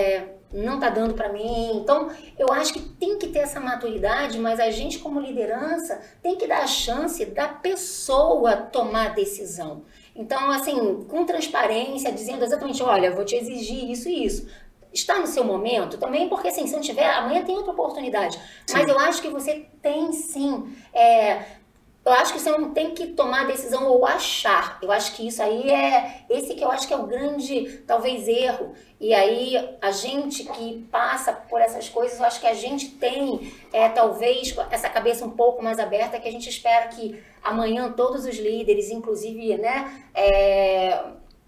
não tá dando para mim. Então, eu acho que tem que ter essa maturidade, mas a gente como liderança tem que dar a chance da pessoa tomar a decisão. Então, assim, com transparência, dizendo exatamente, olha, vou te exigir isso e isso. Está no seu momento também, porque assim, se não tiver, amanhã tem outra oportunidade. Sim. Mas eu acho que você tem sim... É, eu acho que você não tem que tomar decisão ou achar. Eu acho que isso aí é... Esse que eu acho que é o grande, talvez, erro. E aí, a gente que passa por essas coisas, eu acho que a gente tem, é, talvez, essa cabeça um pouco mais aberta, que a gente espera que amanhã todos os líderes, inclusive, né, é,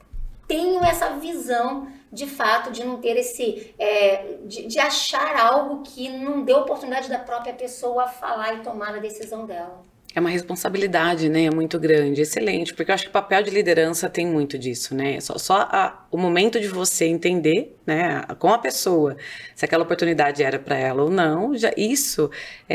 tenham essa visão, de fato, de não ter esse... É, de, de achar algo que não dê oportunidade da própria pessoa falar e tomar a decisão dela. É uma responsabilidade, né, muito grande, excelente, porque eu acho que o papel de liderança tem muito disso, né, só, só a, o momento de você entender, né, com a pessoa, se aquela oportunidade era para ela ou não, já isso,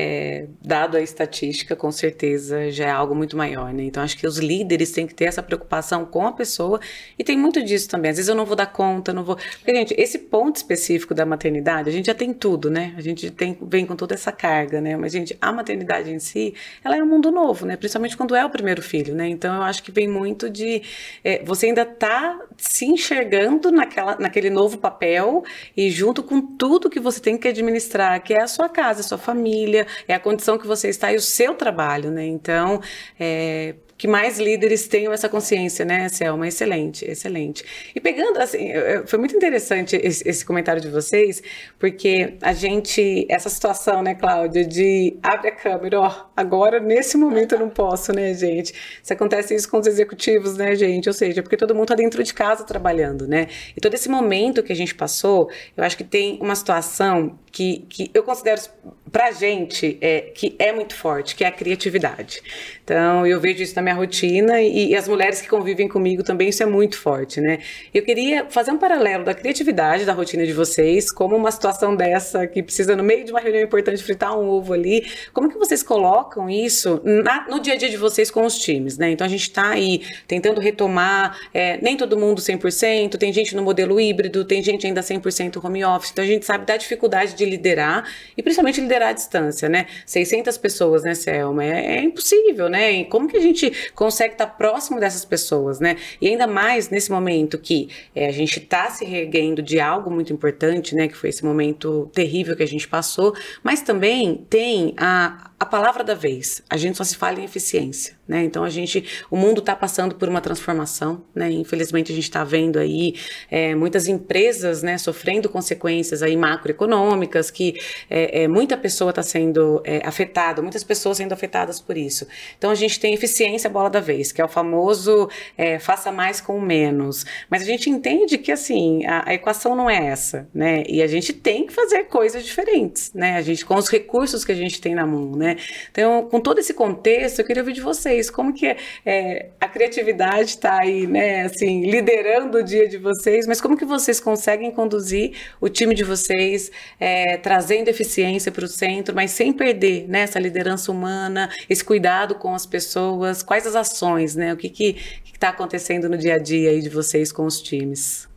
é, dado a estatística, com certeza já é algo muito maior, né, então acho que os líderes têm que ter essa preocupação com a pessoa, e tem muito disso também, às vezes eu não vou dar conta, não vou, porque gente, esse ponto específico da maternidade, a gente já tem tudo, né, a gente tem, vem com toda essa carga, né, mas gente, a maternidade em si, ela é um mundo novo, né? Principalmente quando é o primeiro filho, né? Então eu acho que vem muito de é, você ainda tá se enxergando naquela, naquele novo papel e junto com tudo que você tem que administrar, que é a sua casa, a sua família, é a condição que você está e o seu trabalho, né? Então, é, que mais líderes tenham essa consciência, né, Selma? Excelente, excelente. E pegando, assim, foi muito interessante esse, esse comentário de vocês, porque a gente, essa situação, né, Cláudia, de abre a câmera, ó, agora, nesse momento eu não posso, né, gente? Se acontece isso com os executivos, né, gente? Ou seja, porque todo mundo tá dentro de casa trabalhando, né? E todo esse momento que a gente passou, eu acho que tem uma situação que, que eu considero pra gente é, que é muito forte, que é a criatividade. Então, eu vejo isso na minha rotina e, e as mulheres que convivem comigo também, isso é muito forte, né? Eu queria fazer um paralelo da criatividade da rotina de vocês, como uma situação dessa que precisa, no meio de uma reunião importante, fritar um ovo ali, como que vocês colocam isso na, no dia a dia de vocês com os times, né? Então, a gente tá aí tentando retomar, é, nem todo mundo cem por cento, tem gente no modelo híbrido, tem gente ainda cem por cento home office, então a gente sabe da dificuldade de liderar, e principalmente liderar à distância, né? seiscentas pessoas, né, Selma? É, é impossível, né? E como que a gente consegue estar próximo dessas pessoas, né? E ainda mais nesse momento que é, a gente está se reerguendo de algo muito importante, né? Que foi esse momento terrível que a gente passou, mas também tem a, a palavra da vez. A gente só se fala em eficiência, né? Então a gente, o mundo está passando por uma transformação, né? Infelizmente a gente está vendo aí é, muitas empresas, né, sofrendo consequências aí macroeconômicas, que é, é, muita pessoa está sendo é, afetada, muitas pessoas sendo afetadas por isso. Então a gente tem eficiência, bola da vez, que é o famoso é, faça mais com menos. Mas a gente entende que assim, a, a equação não é essa, né? E a gente tem que fazer coisas diferentes, né? A gente, com os recursos que a gente tem na mão, né? Então, com todo esse contexto, eu queria ouvir de vocês, como que é, é, a criatividade está aí, né, assim, liderando o dia de vocês, mas como que vocês conseguem conduzir o time de vocês, é, trazendo eficiência para o centro, mas sem perder, né, essa liderança humana, esse cuidado com as pessoas, quais as ações, né, o que que está acontecendo no dia a dia aí de vocês com os times?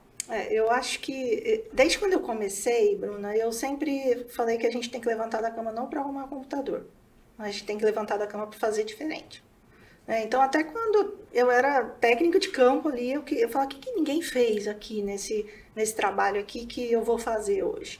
É, eu acho que, desde quando eu comecei, Bruna, eu sempre falei que a gente tem que levantar da cama não para arrumar computador, a gente tem que levantar da cama para fazer diferente. É, então, até quando eu era técnica de campo ali, eu, eu falava, o que, que ninguém fez aqui nesse, nesse trabalho aqui que eu vou fazer hoje?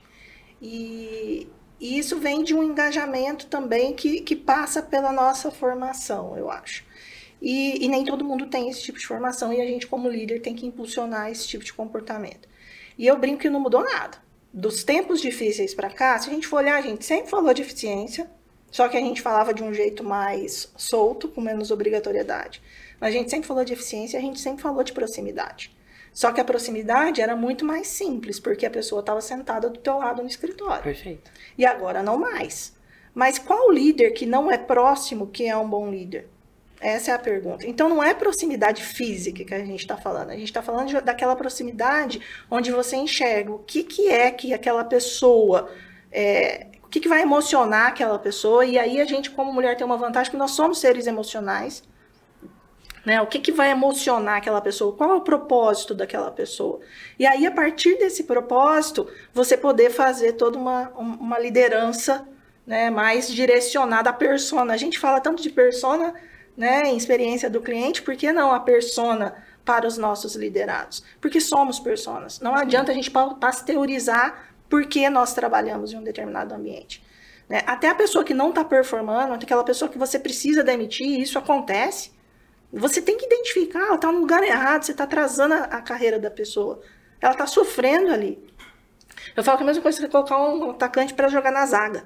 E, e isso vem de um engajamento também que, que passa pela nossa formação, eu acho. E, e nem todo mundo tem esse tipo de formação, e a gente, como líder, tem que impulsionar esse tipo de comportamento. E eu brinco que não mudou nada. Dos tempos difíceis para cá, se a gente for olhar, a gente sempre falou de eficiência, só que a gente falava de um jeito mais solto, com menos obrigatoriedade. Mas a gente sempre falou de eficiência, a gente sempre falou de proximidade. Só que a proximidade era muito mais simples, porque a pessoa estava sentada do teu lado no escritório. Perfeito. E agora não mais. Mas qual líder que não é próximo que é um bom líder? Essa é a pergunta. Então, não é proximidade física que a gente está falando. A gente está falando de, daquela proximidade onde você enxerga o que, que é que aquela pessoa... É, o que, que vai emocionar aquela pessoa. E aí, a gente, como mulher, tem uma vantagem que nós somos seres emocionais. Né? O que, que vai emocionar aquela pessoa? Qual é o propósito daquela pessoa? E aí, a partir desse propósito, você poder fazer toda uma, uma liderança, né, mais direcionada à persona. A gente fala tanto de persona, né, em experiência do cliente, por que não a persona para os nossos liderados? Porque somos personas. Não adianta a gente pasteurizar porque nós trabalhamos em um determinado ambiente. Né? Até a pessoa que não está performando, aquela pessoa que você precisa demitir, isso acontece. Você tem que identificar, ela está no lugar errado, você está atrasando a, a carreira da pessoa. Ela está sofrendo ali. Eu falo que é a mesma coisa que colocar um atacante para jogar na zaga.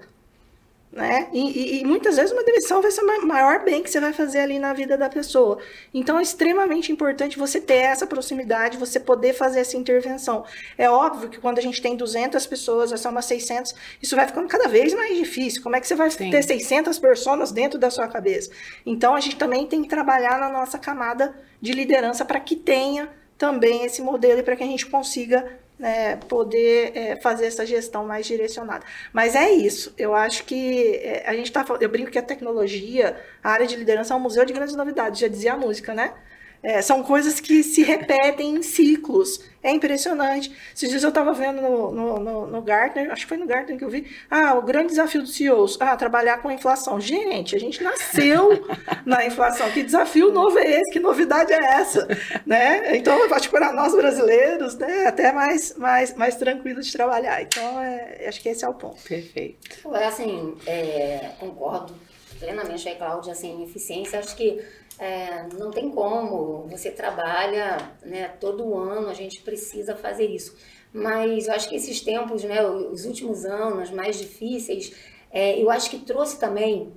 Né? E, e, e muitas vezes uma demissão vai ser o maior bem que você vai fazer ali na vida da pessoa. Então é extremamente importante você ter essa proximidade, você poder fazer essa intervenção. É óbvio que quando a gente tem duzentas pessoas, vai ser umas seiscentas, isso vai ficando cada vez mais difícil. Como é que você vai Sim. ter seiscentas pessoas dentro da sua cabeça? Então a gente também tem que trabalhar na nossa camada de liderança para que tenha também esse modelo e para que a gente consiga É, poder é, fazer essa gestão mais direcionada. Mas é isso, eu acho que é, a gente tá, eu brinco que a tecnologia, a área de liderança é um museu de grandes novidades, já dizia a música, né? É, são coisas que se repetem em ciclos. É impressionante. Esses dias eu estava vendo no, no, no, no Gartner, acho que foi no Gartner que eu vi, ah, o grande desafio dos C E Os, ah, trabalhar com a inflação. Gente, a gente nasceu na inflação. Que desafio novo é esse? Que novidade é essa? Né? Então, eu acho que para nós brasileiros, né, até mais, mais, mais tranquilo de trabalhar. Então, é, acho que esse é o ponto. Perfeito. É assim, é, concordo plenamente aí, Cláudia, assim, eficiência, acho que É, não tem como, você trabalha, né, todo ano, a gente precisa fazer isso. Mas eu acho que esses tempos, né, os últimos anos mais difíceis, é, eu acho que trouxe também,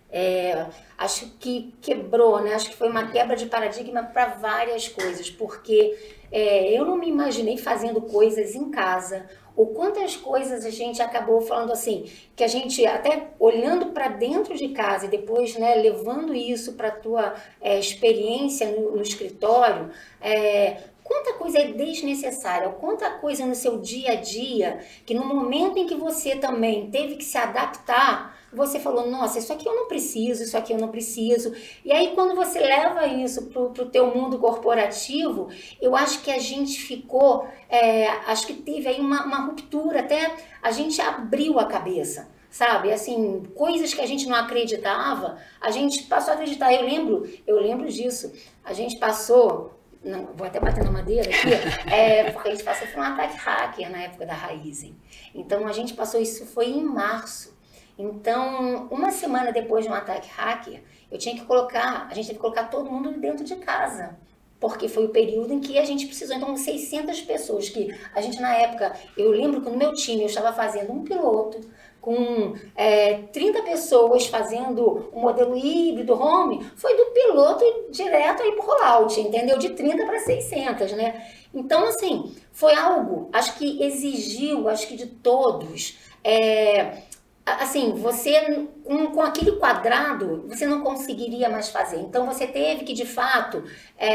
é, acho que quebrou, né, acho que foi uma quebra de paradigma para várias coisas, porque é, eu não me imaginei fazendo coisas em casa, ou quantas coisas a gente acabou falando assim, que a gente até olhando para dentro de casa e depois, né, levando isso para a tua é, experiência no, no escritório, é, quanta coisa é desnecessária, quanta coisa no seu dia a dia, que no momento em que você também teve que se adaptar, você falou, nossa, isso aqui eu não preciso, isso aqui eu não preciso. E aí, quando você leva isso para o teu mundo corporativo, eu acho que a gente ficou, é, acho que teve aí uma, uma ruptura, até a gente abriu a cabeça, sabe? Assim, coisas que a gente não acreditava, a gente passou a acreditar. Eu lembro, eu lembro disso. A gente passou... Não, vou até bater na madeira aqui, é, porque a gente passou por um ataque hacker na época da Raizen. Então, a gente passou, isso foi em março. Então, uma semana depois de um ataque hacker, eu tinha que colocar, a gente teve que colocar todo mundo dentro de casa, porque foi o período em que a gente precisou, então, seiscentas pessoas, que a gente na época, eu lembro que no meu time eu estava fazendo um piloto, com é, trinta pessoas fazendo um modelo híbrido home, foi do piloto direto aí pro rollout, entendeu? De trinta para seiscentas, né? Então, assim, foi algo, acho que exigiu, acho que de todos, é, assim, você com, com aquele quadrado, você não conseguiria mais fazer. Então, você teve que, de fato,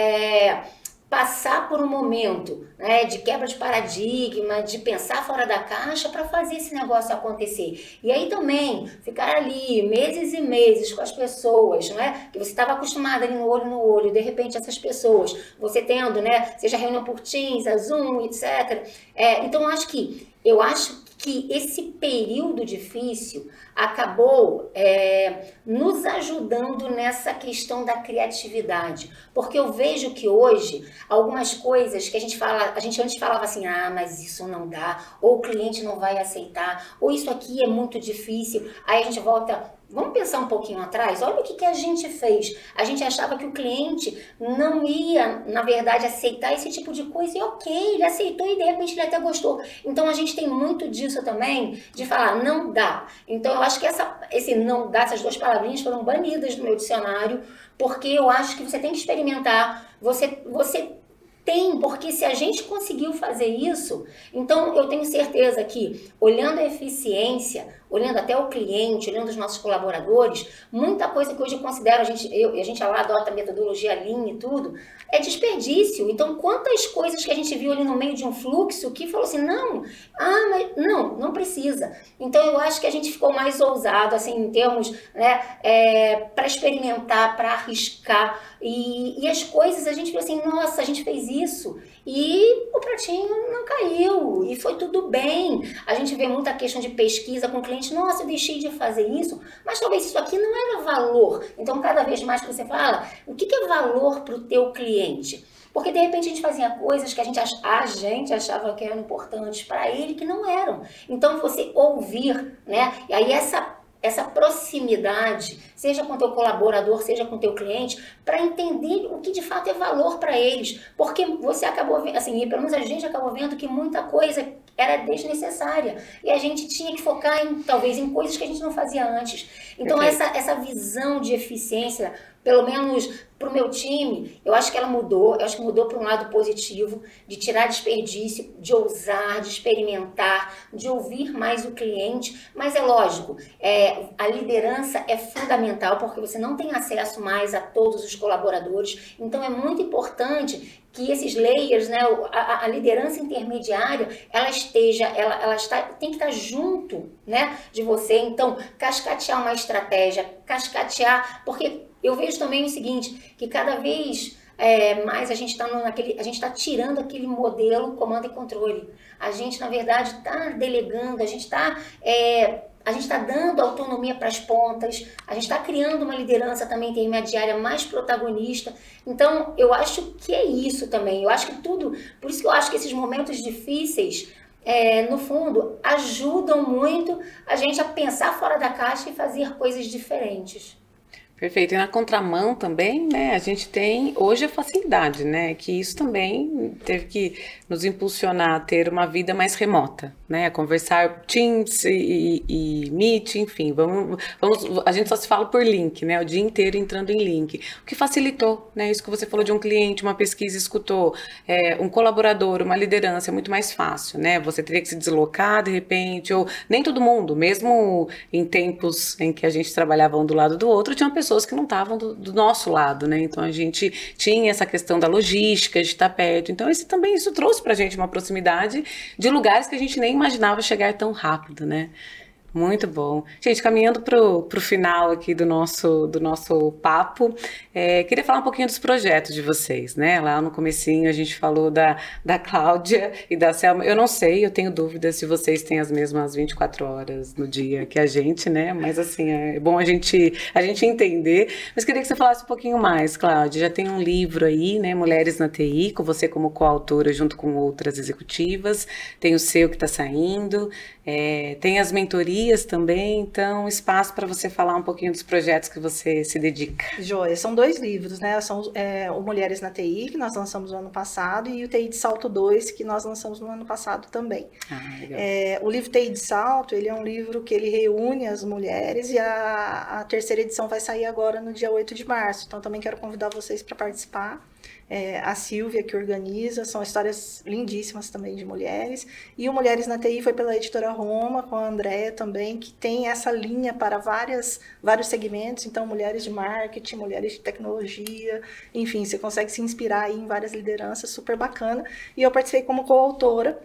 é, passar por um momento, né, de quebra de paradigma, de pensar fora da caixa para fazer esse negócio acontecer. E aí também, ficar ali meses e meses com as pessoas, não é? Que você estava acostumada ali no olho no olho, de repente essas pessoas, você tendo, né, seja reunião por Teams, Zoom, etcétera. É, então, eu acho que, eu acho que esse período difícil acabou é, nos ajudando nessa questão da criatividade, porque eu vejo que hoje algumas coisas que a gente fala, a gente antes falava assim, ah, mas isso não dá, ou o cliente não vai aceitar, ou isso aqui é muito difícil, aí a gente volta, vamos pensar um pouquinho atrás, olha o que, que a gente fez, a gente achava que o cliente não ia, na verdade, aceitar esse tipo de coisa, e ok, ele aceitou e de repente ele até gostou, então a gente tem muito disso também, de falar, não dá, então eu acho que essa, esse não dá, essas duas palavrinhas foram banidas do meu dicionário, porque eu acho que você tem que experimentar, você, você tem, porque se a gente conseguiu fazer isso, então eu tenho certeza que, olhando a eficiência, olhando até o cliente, olhando os nossos colaboradores, muita coisa que hoje eu considero, a gente, eu, a gente lá adota a metodologia Lean e tudo, é desperdício. Então, quantas coisas que a gente viu ali no meio de um fluxo que falou assim, não, ah, mas não, não precisa. Então, eu acho que a gente ficou mais ousado, assim, em termos, né, é, para experimentar, para arriscar. E, e as coisas, a gente viu assim, nossa, a gente fez isso e o pratinho não caiu e foi tudo bem. A gente vê muita questão de pesquisa com o cliente, nossa, eu deixei de fazer isso, mas talvez isso aqui não era valor. Então, cada vez mais que você fala, o que é valor para o teu cliente? Porque, de repente, a gente fazia coisas que a gente, ach... a gente achava que eram importantes para ele, que não eram. Então, você ouvir, né? E aí, essa essa proximidade, seja com o teu colaborador, seja com o teu cliente, para entender o que de fato é valor para eles, porque você acabou vendo, assim, pelo menos a gente acabou vendo que muita coisa era desnecessária, e a gente tinha que focar em, talvez, em coisas que a gente não fazia antes. Então, essa, essa visão de eficiência, pelo menos para o meu time, eu acho que ela mudou, eu acho que mudou para um lado positivo, de tirar desperdício, de ousar, de experimentar, de ouvir mais o cliente, mas é lógico, é, a liderança é fundamental, porque você não tem acesso mais a todos os colaboradores, então é muito importante que esses layers, né, a, a liderança intermediária, ela esteja, ela, ela está, tem que estar junto, né, de você. Então, cascatear uma estratégia, cascatear, porque eu vejo também o seguinte, que cada vez é, mais a gente está naquele, a gente está tirando aquele modelo comando e controle. A gente, na verdade, está delegando, a gente está é, a gente está dando autonomia para as pontas, a gente está criando uma liderança também intermediária mais protagonista. Então, eu acho que é isso também. Eu acho que tudo, por isso que eu acho que esses momentos difíceis, é, no fundo, ajudam muito a gente a pensar fora da caixa e fazer coisas diferentes. Perfeito. E na contramão também, né, a gente tem hoje a facilidade, né, que isso também teve que nos impulsionar a ter uma vida mais remota, né, a conversar Teams e, e, e Meet, enfim, vamos, vamos, a gente só se fala por link, né, o dia inteiro entrando em link, o que facilitou, né, isso que você falou de um cliente, uma pesquisa escutou, é, um colaborador, uma liderança, é muito mais fácil, né, você teria que se deslocar de repente, ou nem todo mundo, mesmo em tempos em que a gente trabalhava um do lado do outro, tinha uma pessoa pessoas que não estavam do, do nosso lado, né? Então a gente tinha essa questão da logística, de estar perto. Então esse também isso trouxe pra gente uma proximidade de lugares que a gente nem imaginava chegar tão rápido, né? Muito bom. Gente, caminhando para o final aqui do nosso, do nosso papo, é, queria falar um pouquinho dos projetos de vocês, né? Lá no comecinho a gente falou da, da Cláudia e da Selma. Eu não sei, eu tenho dúvidas se vocês têm as mesmas vinte e quatro horas no dia que a gente, né? Mas assim, é bom a gente, a gente entender. Mas queria que você falasse um pouquinho mais, Cláudia. Já tem um livro aí, né? Mulheres na T I, com você como coautora junto com outras executivas. Tem o seu que está saindo. É, tem as mentorias também, então espaço para você falar um pouquinho dos projetos que você se dedica. Joia, são dois livros, né? São é, o Mulheres na T I, que nós lançamos no ano passado, e o T I de Salto dois, que nós lançamos no ano passado também. Ah, legal. É, o livro T I de Salto, ele é um livro que ele reúne as mulheres, e a, a terceira edição vai sair agora no dia oito de março, então também quero convidar vocês para participar. É, a Silvia que organiza, são histórias lindíssimas também de mulheres, e o Mulheres na T I foi pela editora Roma, com a Andréa também, que tem essa linha para várias, vários segmentos, então mulheres de marketing, mulheres de tecnologia, enfim, você consegue se inspirar aí em várias lideranças, super bacana, e eu participei como coautora,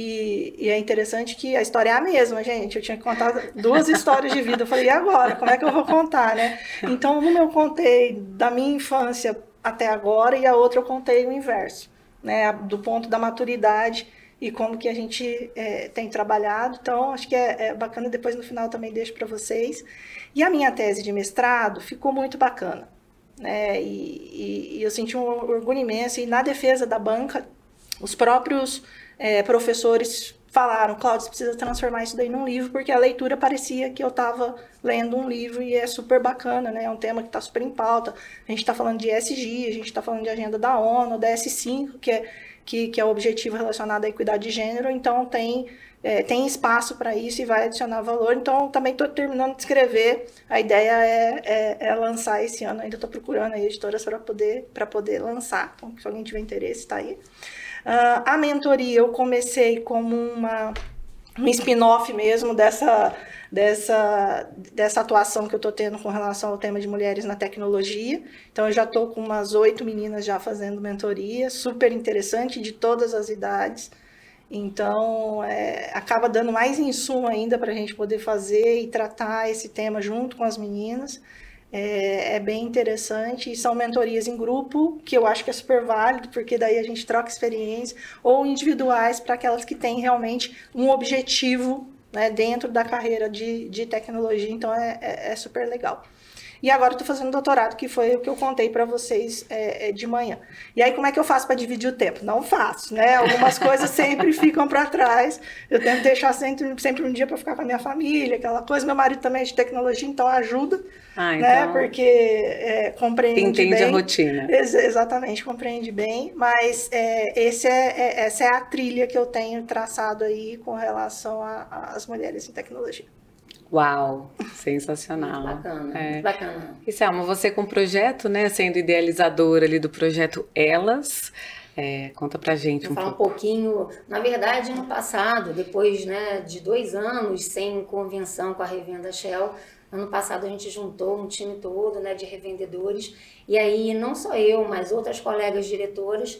e, e é interessante que a história é a mesma, gente, eu tinha que contar duas histórias de vida, eu falei, e agora, como é que eu vou contar, né? Então, uma eu contei da minha infância até agora, e a outra eu contei o inverso, né, do ponto da maturidade e como que a gente é, tem trabalhado. Então, acho que é, é bacana, depois no final também deixo para vocês. E a minha tese de mestrado ficou muito bacana, né, e, e, e eu senti um orgulho imenso, e na defesa da banca, os próprios é, professores falaram, Cláudia, você precisa transformar isso daí num livro, porque a leitura parecia que eu estava lendo um livro, e é super bacana, né? É um tema que está super em pauta. A gente está falando de E S G, a gente está falando de agenda da ONU, da S cinco, que é, que, que é o objetivo relacionado à equidade de gênero, então tem, é, tem espaço para isso e vai adicionar valor. Então, também estou terminando de escrever, a ideia é, é, é lançar esse ano, ainda estou procurando aí editoras para poder, para poder lançar, então se alguém tiver interesse, está aí. Uh, a mentoria eu comecei como uma, um spin-off mesmo dessa, dessa, dessa atuação que eu estou tendo com relação ao tema de mulheres na tecnologia. Então, eu já estou com umas oito meninas já fazendo mentoria, super interessante, de todas as idades. Então, é, acaba dando mais insumo ainda para a gente poder fazer e tratar esse tema junto com as meninas. É, é bem interessante, e são mentorias em grupo, que eu acho que é super válido, porque daí a gente troca experiência, ou individuais para aquelas que têm realmente um objetivo, né, dentro da carreira de, de tecnologia, então é, é, é super legal. E agora eu estou fazendo doutorado, que foi o que eu contei para vocês é, é, de manhã. E aí, como é que eu faço para dividir o tempo? Não faço, né? Algumas coisas sempre ficam para trás. Eu tento deixar sempre, sempre um dia para ficar com a minha família, aquela coisa. Meu marido também é de tecnologia, então ajuda, ah, né? então... Porque é, compreende Entende bem. a rotina. Ex exatamente, compreende bem. Mas é, esse é, é, essa é a trilha que eu tenho traçado aí com relação às mulheres em tecnologia. Uau, sensacional. Muito bacana, é. muito bacana. E Selma, você com o projeto, né, sendo idealizadora ali do projeto Elas, é, conta pra gente Vou um falar pouco. um pouquinho, na verdade, no passado, depois, né, de dois anos sem convenção com a revenda Shell, ano passado a gente juntou um time todo, né, de revendedores, e aí não só eu, mas outras colegas diretoras,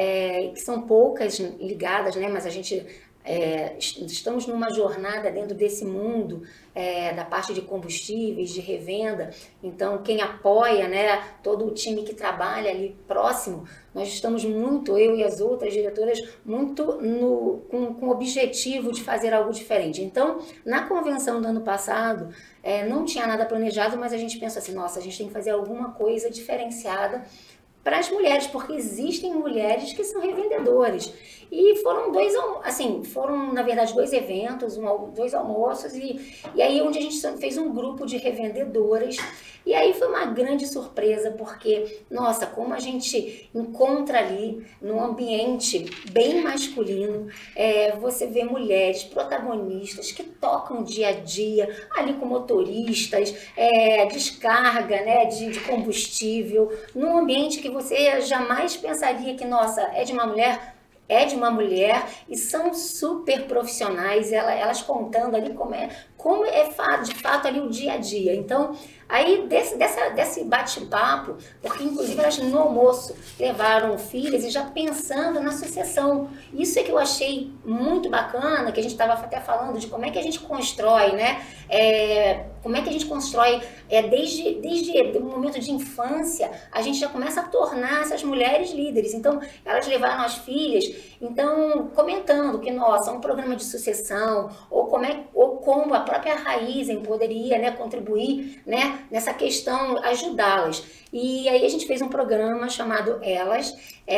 é, que são poucas ligadas, né, mas a gente... É, estamos numa jornada dentro desse mundo é, da parte de combustíveis, de revenda. Então, quem apoia, né, todo o time que trabalha ali próximo, nós estamos muito, eu e as outras diretoras, muito no, com, com o objetivo de fazer algo diferente. Então, na convenção do ano passado, é, não tinha nada planejado, mas a gente pensou assim, nossa, a gente tem que fazer alguma coisa diferenciada para as mulheres, porque existem mulheres que são revendedoras. E foram dois, assim, foram, na verdade, dois eventos, um, dois almoços, e, e aí onde a gente fez um grupo de revendedoras. E aí foi uma grande surpresa, porque, nossa, como a gente encontra ali, num ambiente bem masculino, é, você vê mulheres protagonistas que tocam dia a dia, ali com motoristas, é, descarga, né, de, de combustível, num ambiente que você jamais pensaria que, nossa, é de uma mulher... é de uma mulher e são super profissionais, elas contando ali como é, como é de fato ali o dia a dia. Então, aí desse, dessa, desse bate-papo, porque inclusive elas no almoço levaram filhas e já pensando na sucessão. Isso é que eu achei muito bacana, que a gente estava até falando de como é que a gente constrói, né? É, como é que a gente constrói, é, desde, desde o momento de infância, a gente já começa a tornar essas mulheres líderes. Então, elas levaram as filhas, então, comentando que, nossa, um programa de sucessão, ou como, é, ou como a própria Raizen poderia, né, contribuir, né, nessa questão, ajudá-las. E aí a gente fez um programa chamado Elas,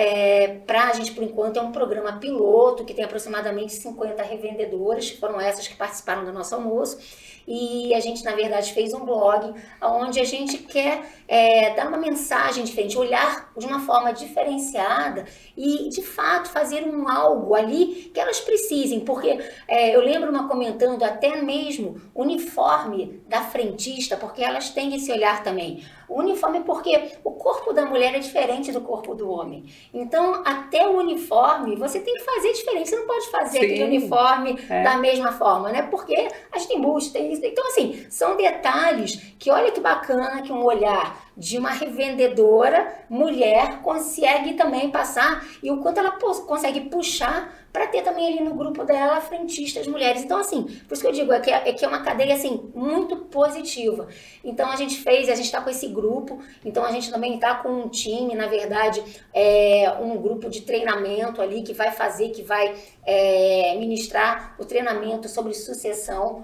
é, para a gente, por enquanto, é um programa piloto, que tem aproximadamente cinquenta revendedoras, que foram essas que participaram do nosso almoço. E a gente, na verdade, fez um blog onde a gente quer é, dar uma mensagem diferente, olhar de uma forma diferenciada e, de fato, fazer um algo ali que elas precisem. Porque é, eu lembro uma comentando até mesmo o uniforme da frentista, porque elas têm esse olhar também. O uniforme porque o corpo da mulher é diferente do corpo do homem. Então, até o uniforme, você tem que fazer diferente. Você não pode fazer Sim, aquele uniforme é. da mesma forma, né? Porque a gente tem busto, tem isso. Então, assim, são detalhes que, olha que bacana que um olhar de uma revendedora mulher consegue também passar e o quanto ela consegue puxar para ter também ali no grupo dela frentistas mulheres. Então, assim, por isso que eu digo, é que é, é, que é uma cadeia, assim, muito positiva. Então, a gente fez, a gente está com esse grupo, então a gente também está com um time, na verdade, é, um grupo de treinamento ali que vai fazer, que vai é, ministrar o treinamento sobre sucessão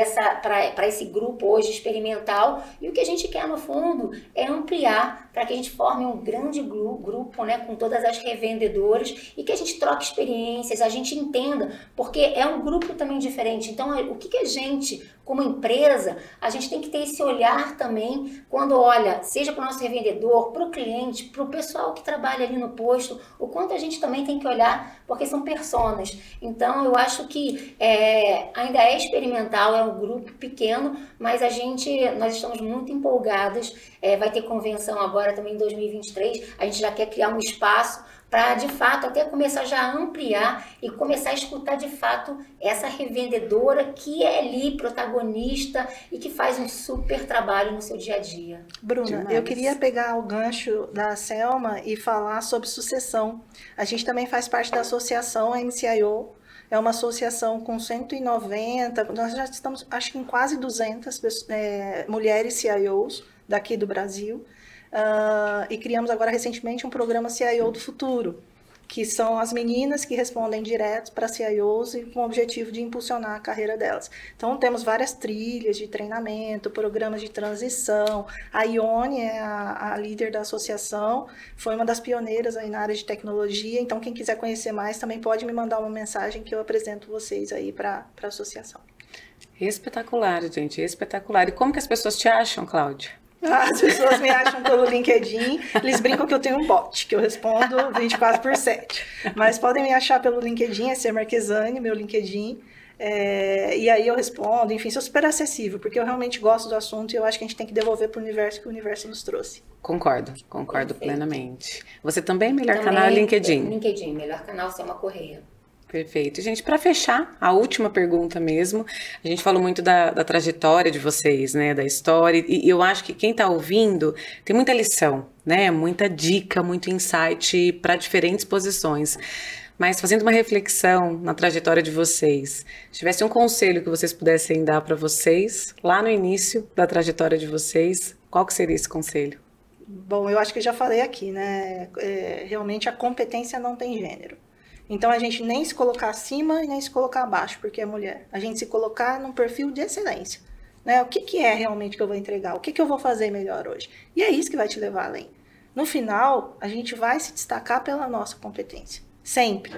para esse grupo hoje experimental. E o que a gente quer, no fundo, é ampliar para que a gente forme um grande grupo, né, com todas as revendedoras e que a gente troque experiências, a gente entenda, porque é um grupo também diferente. Então, o que, que a gente, como empresa, a gente tem que ter esse olhar também quando olha, seja para o nosso revendedor, para o cliente, para o pessoal que trabalha ali no posto, o quanto a gente também tem que olhar, porque são personas. Então, eu acho que é, ainda é experimental, é um grupo pequeno, mas a gente, nós estamos muito empolgadas. É, vai vai ter convenção agora também em dois mil e vinte e três, a gente já quer criar um espaço para, de fato, até começar já a ampliar e começar a escutar, de fato, essa revendedora que é ali protagonista e que faz um super trabalho no seu dia a dia. Bruna, Demais. Eu queria pegar o gancho da Selma e falar sobre sucessão. A gente também faz parte da associação M C I O, é uma associação com cento e noventa, nós já estamos, acho que em quase duzentas é, mulheres C I Os daqui do Brasil. Uh, e criamos agora recentemente um programa C I O do Futuro, que são as meninas que respondem direto para C I Os e com o objetivo de impulsionar a carreira delas. Então temos várias trilhas de treinamento, programas de transição. A Ione é a, a líder da associação, foi uma das pioneiras aí na área de tecnologia, então quem quiser conhecer mais também pode me mandar uma mensagem que eu apresento vocês aí para a associação. Espetacular, gente, espetacular. E como que as pessoas te acham, Cláudia? As pessoas me acham pelo LinkedIn, eles brincam que eu tenho um bot, que eu respondo vinte e quatro por sete. Mas podem me achar pelo LinkedIn, é Ser Marquesani, meu LinkedIn. É, e aí eu respondo, enfim, sou super acessível, porque eu realmente gosto do assunto e eu acho que a gente tem que devolver para o universo que o universo nos trouxe. Concordo, concordo Perfeito. Plenamente. Você também, melhor Também, canal é LinkedIn. LinkedIn, melhor canal Selma Correia. Perfeito. Gente, para fechar, a última pergunta mesmo, a gente falou muito da, da trajetória de vocês, né, da história, e eu acho que quem está ouvindo tem muita lição, né, muita dica, muito insight para diferentes posições. Mas fazendo uma reflexão na trajetória de vocês, se tivesse um conselho que vocês pudessem dar para vocês, lá no início da trajetória de vocês, qual que seria esse conselho? Bom, eu acho que eu já falei aqui, né, é, realmente a competência não tem gênero. Então, a gente nem se colocar acima e nem se colocar abaixo, porque é mulher. A gente se colocar num perfil de excelência. Né? O que, que é realmente que eu vou entregar? O que, que eu vou fazer melhor hoje? E é isso que vai te levar além. No final, a gente vai se destacar pela nossa competência. Sempre.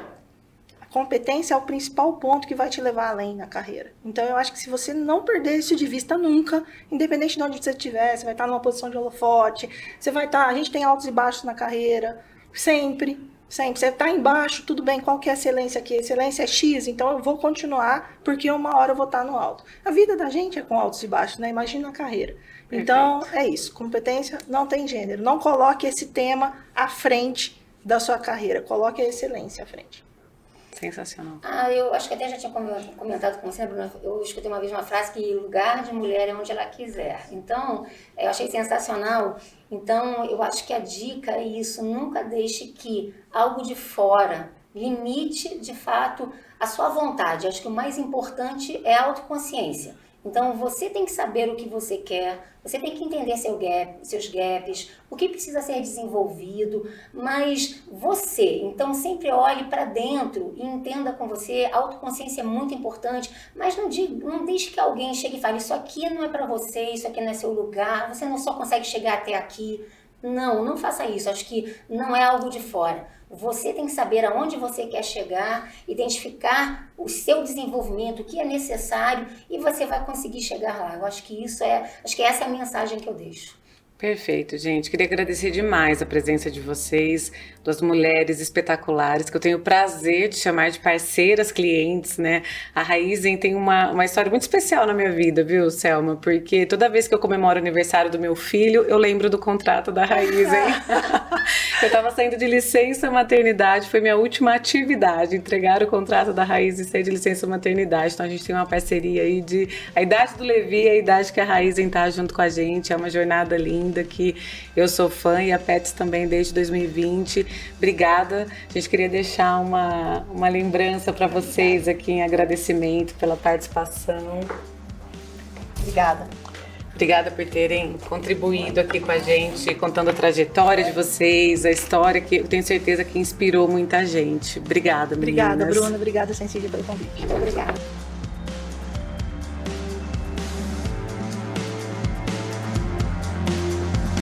A competência é o principal ponto que vai te levar além na carreira. Então, eu acho que se você não perder isso de vista nunca, independente de onde você estiver, você vai estar numa posição de holofote, você vai estar... A gente tem altos e baixos na carreira, sempre... Sempre, você está embaixo, tudo bem, qual que é a excelência aqui? A excelência é X, então eu vou continuar, porque uma hora eu vou estar no alto. A vida da gente é com altos e baixos, né? Imagina a carreira. Perfeito. Então, é isso, competência não tem gênero. Não coloque esse tema à frente da sua carreira, coloque a excelência à frente. Sensacional. Ah, eu acho que até já tinha comentado com você, Bruna, eu escutei uma vez uma frase que lugar de mulher é onde ela quiser. Então, eu achei sensacional. Então, eu acho que a dica é isso, nunca deixe que algo de fora limite, de fato, a sua vontade. Acho que o mais importante é a autoconsciência. Então, você tem que saber o que você quer, você tem que entender seu gap, seus gaps, o que precisa ser desenvolvido, mas você, então, sempre olhe para dentro e entenda com você, a autoconsciência é muito importante, mas não, diga, não deixe que alguém chegue e fale, isso aqui não é para você, isso aqui não é seu lugar, você não só consegue chegar até aqui. Não, não faça isso, acho que não é algo de fora. Você tem que saber aonde você quer chegar, identificar o seu desenvolvimento, o que é necessário, e você vai conseguir chegar lá. Eu acho que isso é, acho que essa é a mensagem que eu deixo. Perfeito, gente. Queria agradecer demais a presença de vocês, duas mulheres espetaculares, que eu tenho o prazer de chamar de parceiras clientes, né? A Raizen tem uma, uma história muito especial na minha vida, viu, Selma? Porque toda vez que eu comemoro o aniversário do meu filho, eu lembro do contrato da Raizen. Eu estava saindo de licença maternidade, foi minha última atividade, entregar o contrato da Raizen e sair de licença maternidade. Então a gente tem uma parceria aí de... A idade do Levi é a idade que a Raizen tá junto com a gente, é uma jornada linda, que eu sou fã e a Pets também desde dois mil e vinte. Obrigada. A gente queria deixar uma, uma lembrança para vocês aqui em agradecimento pela participação. Obrigada. Obrigada por terem contribuído aqui com a gente, contando a trajetória de vocês, a história que eu tenho certeza que inspirou muita gente. Obrigada, meninas. Obrigada, Bruna. Obrigada, Sensília, pelo convite. Obrigada.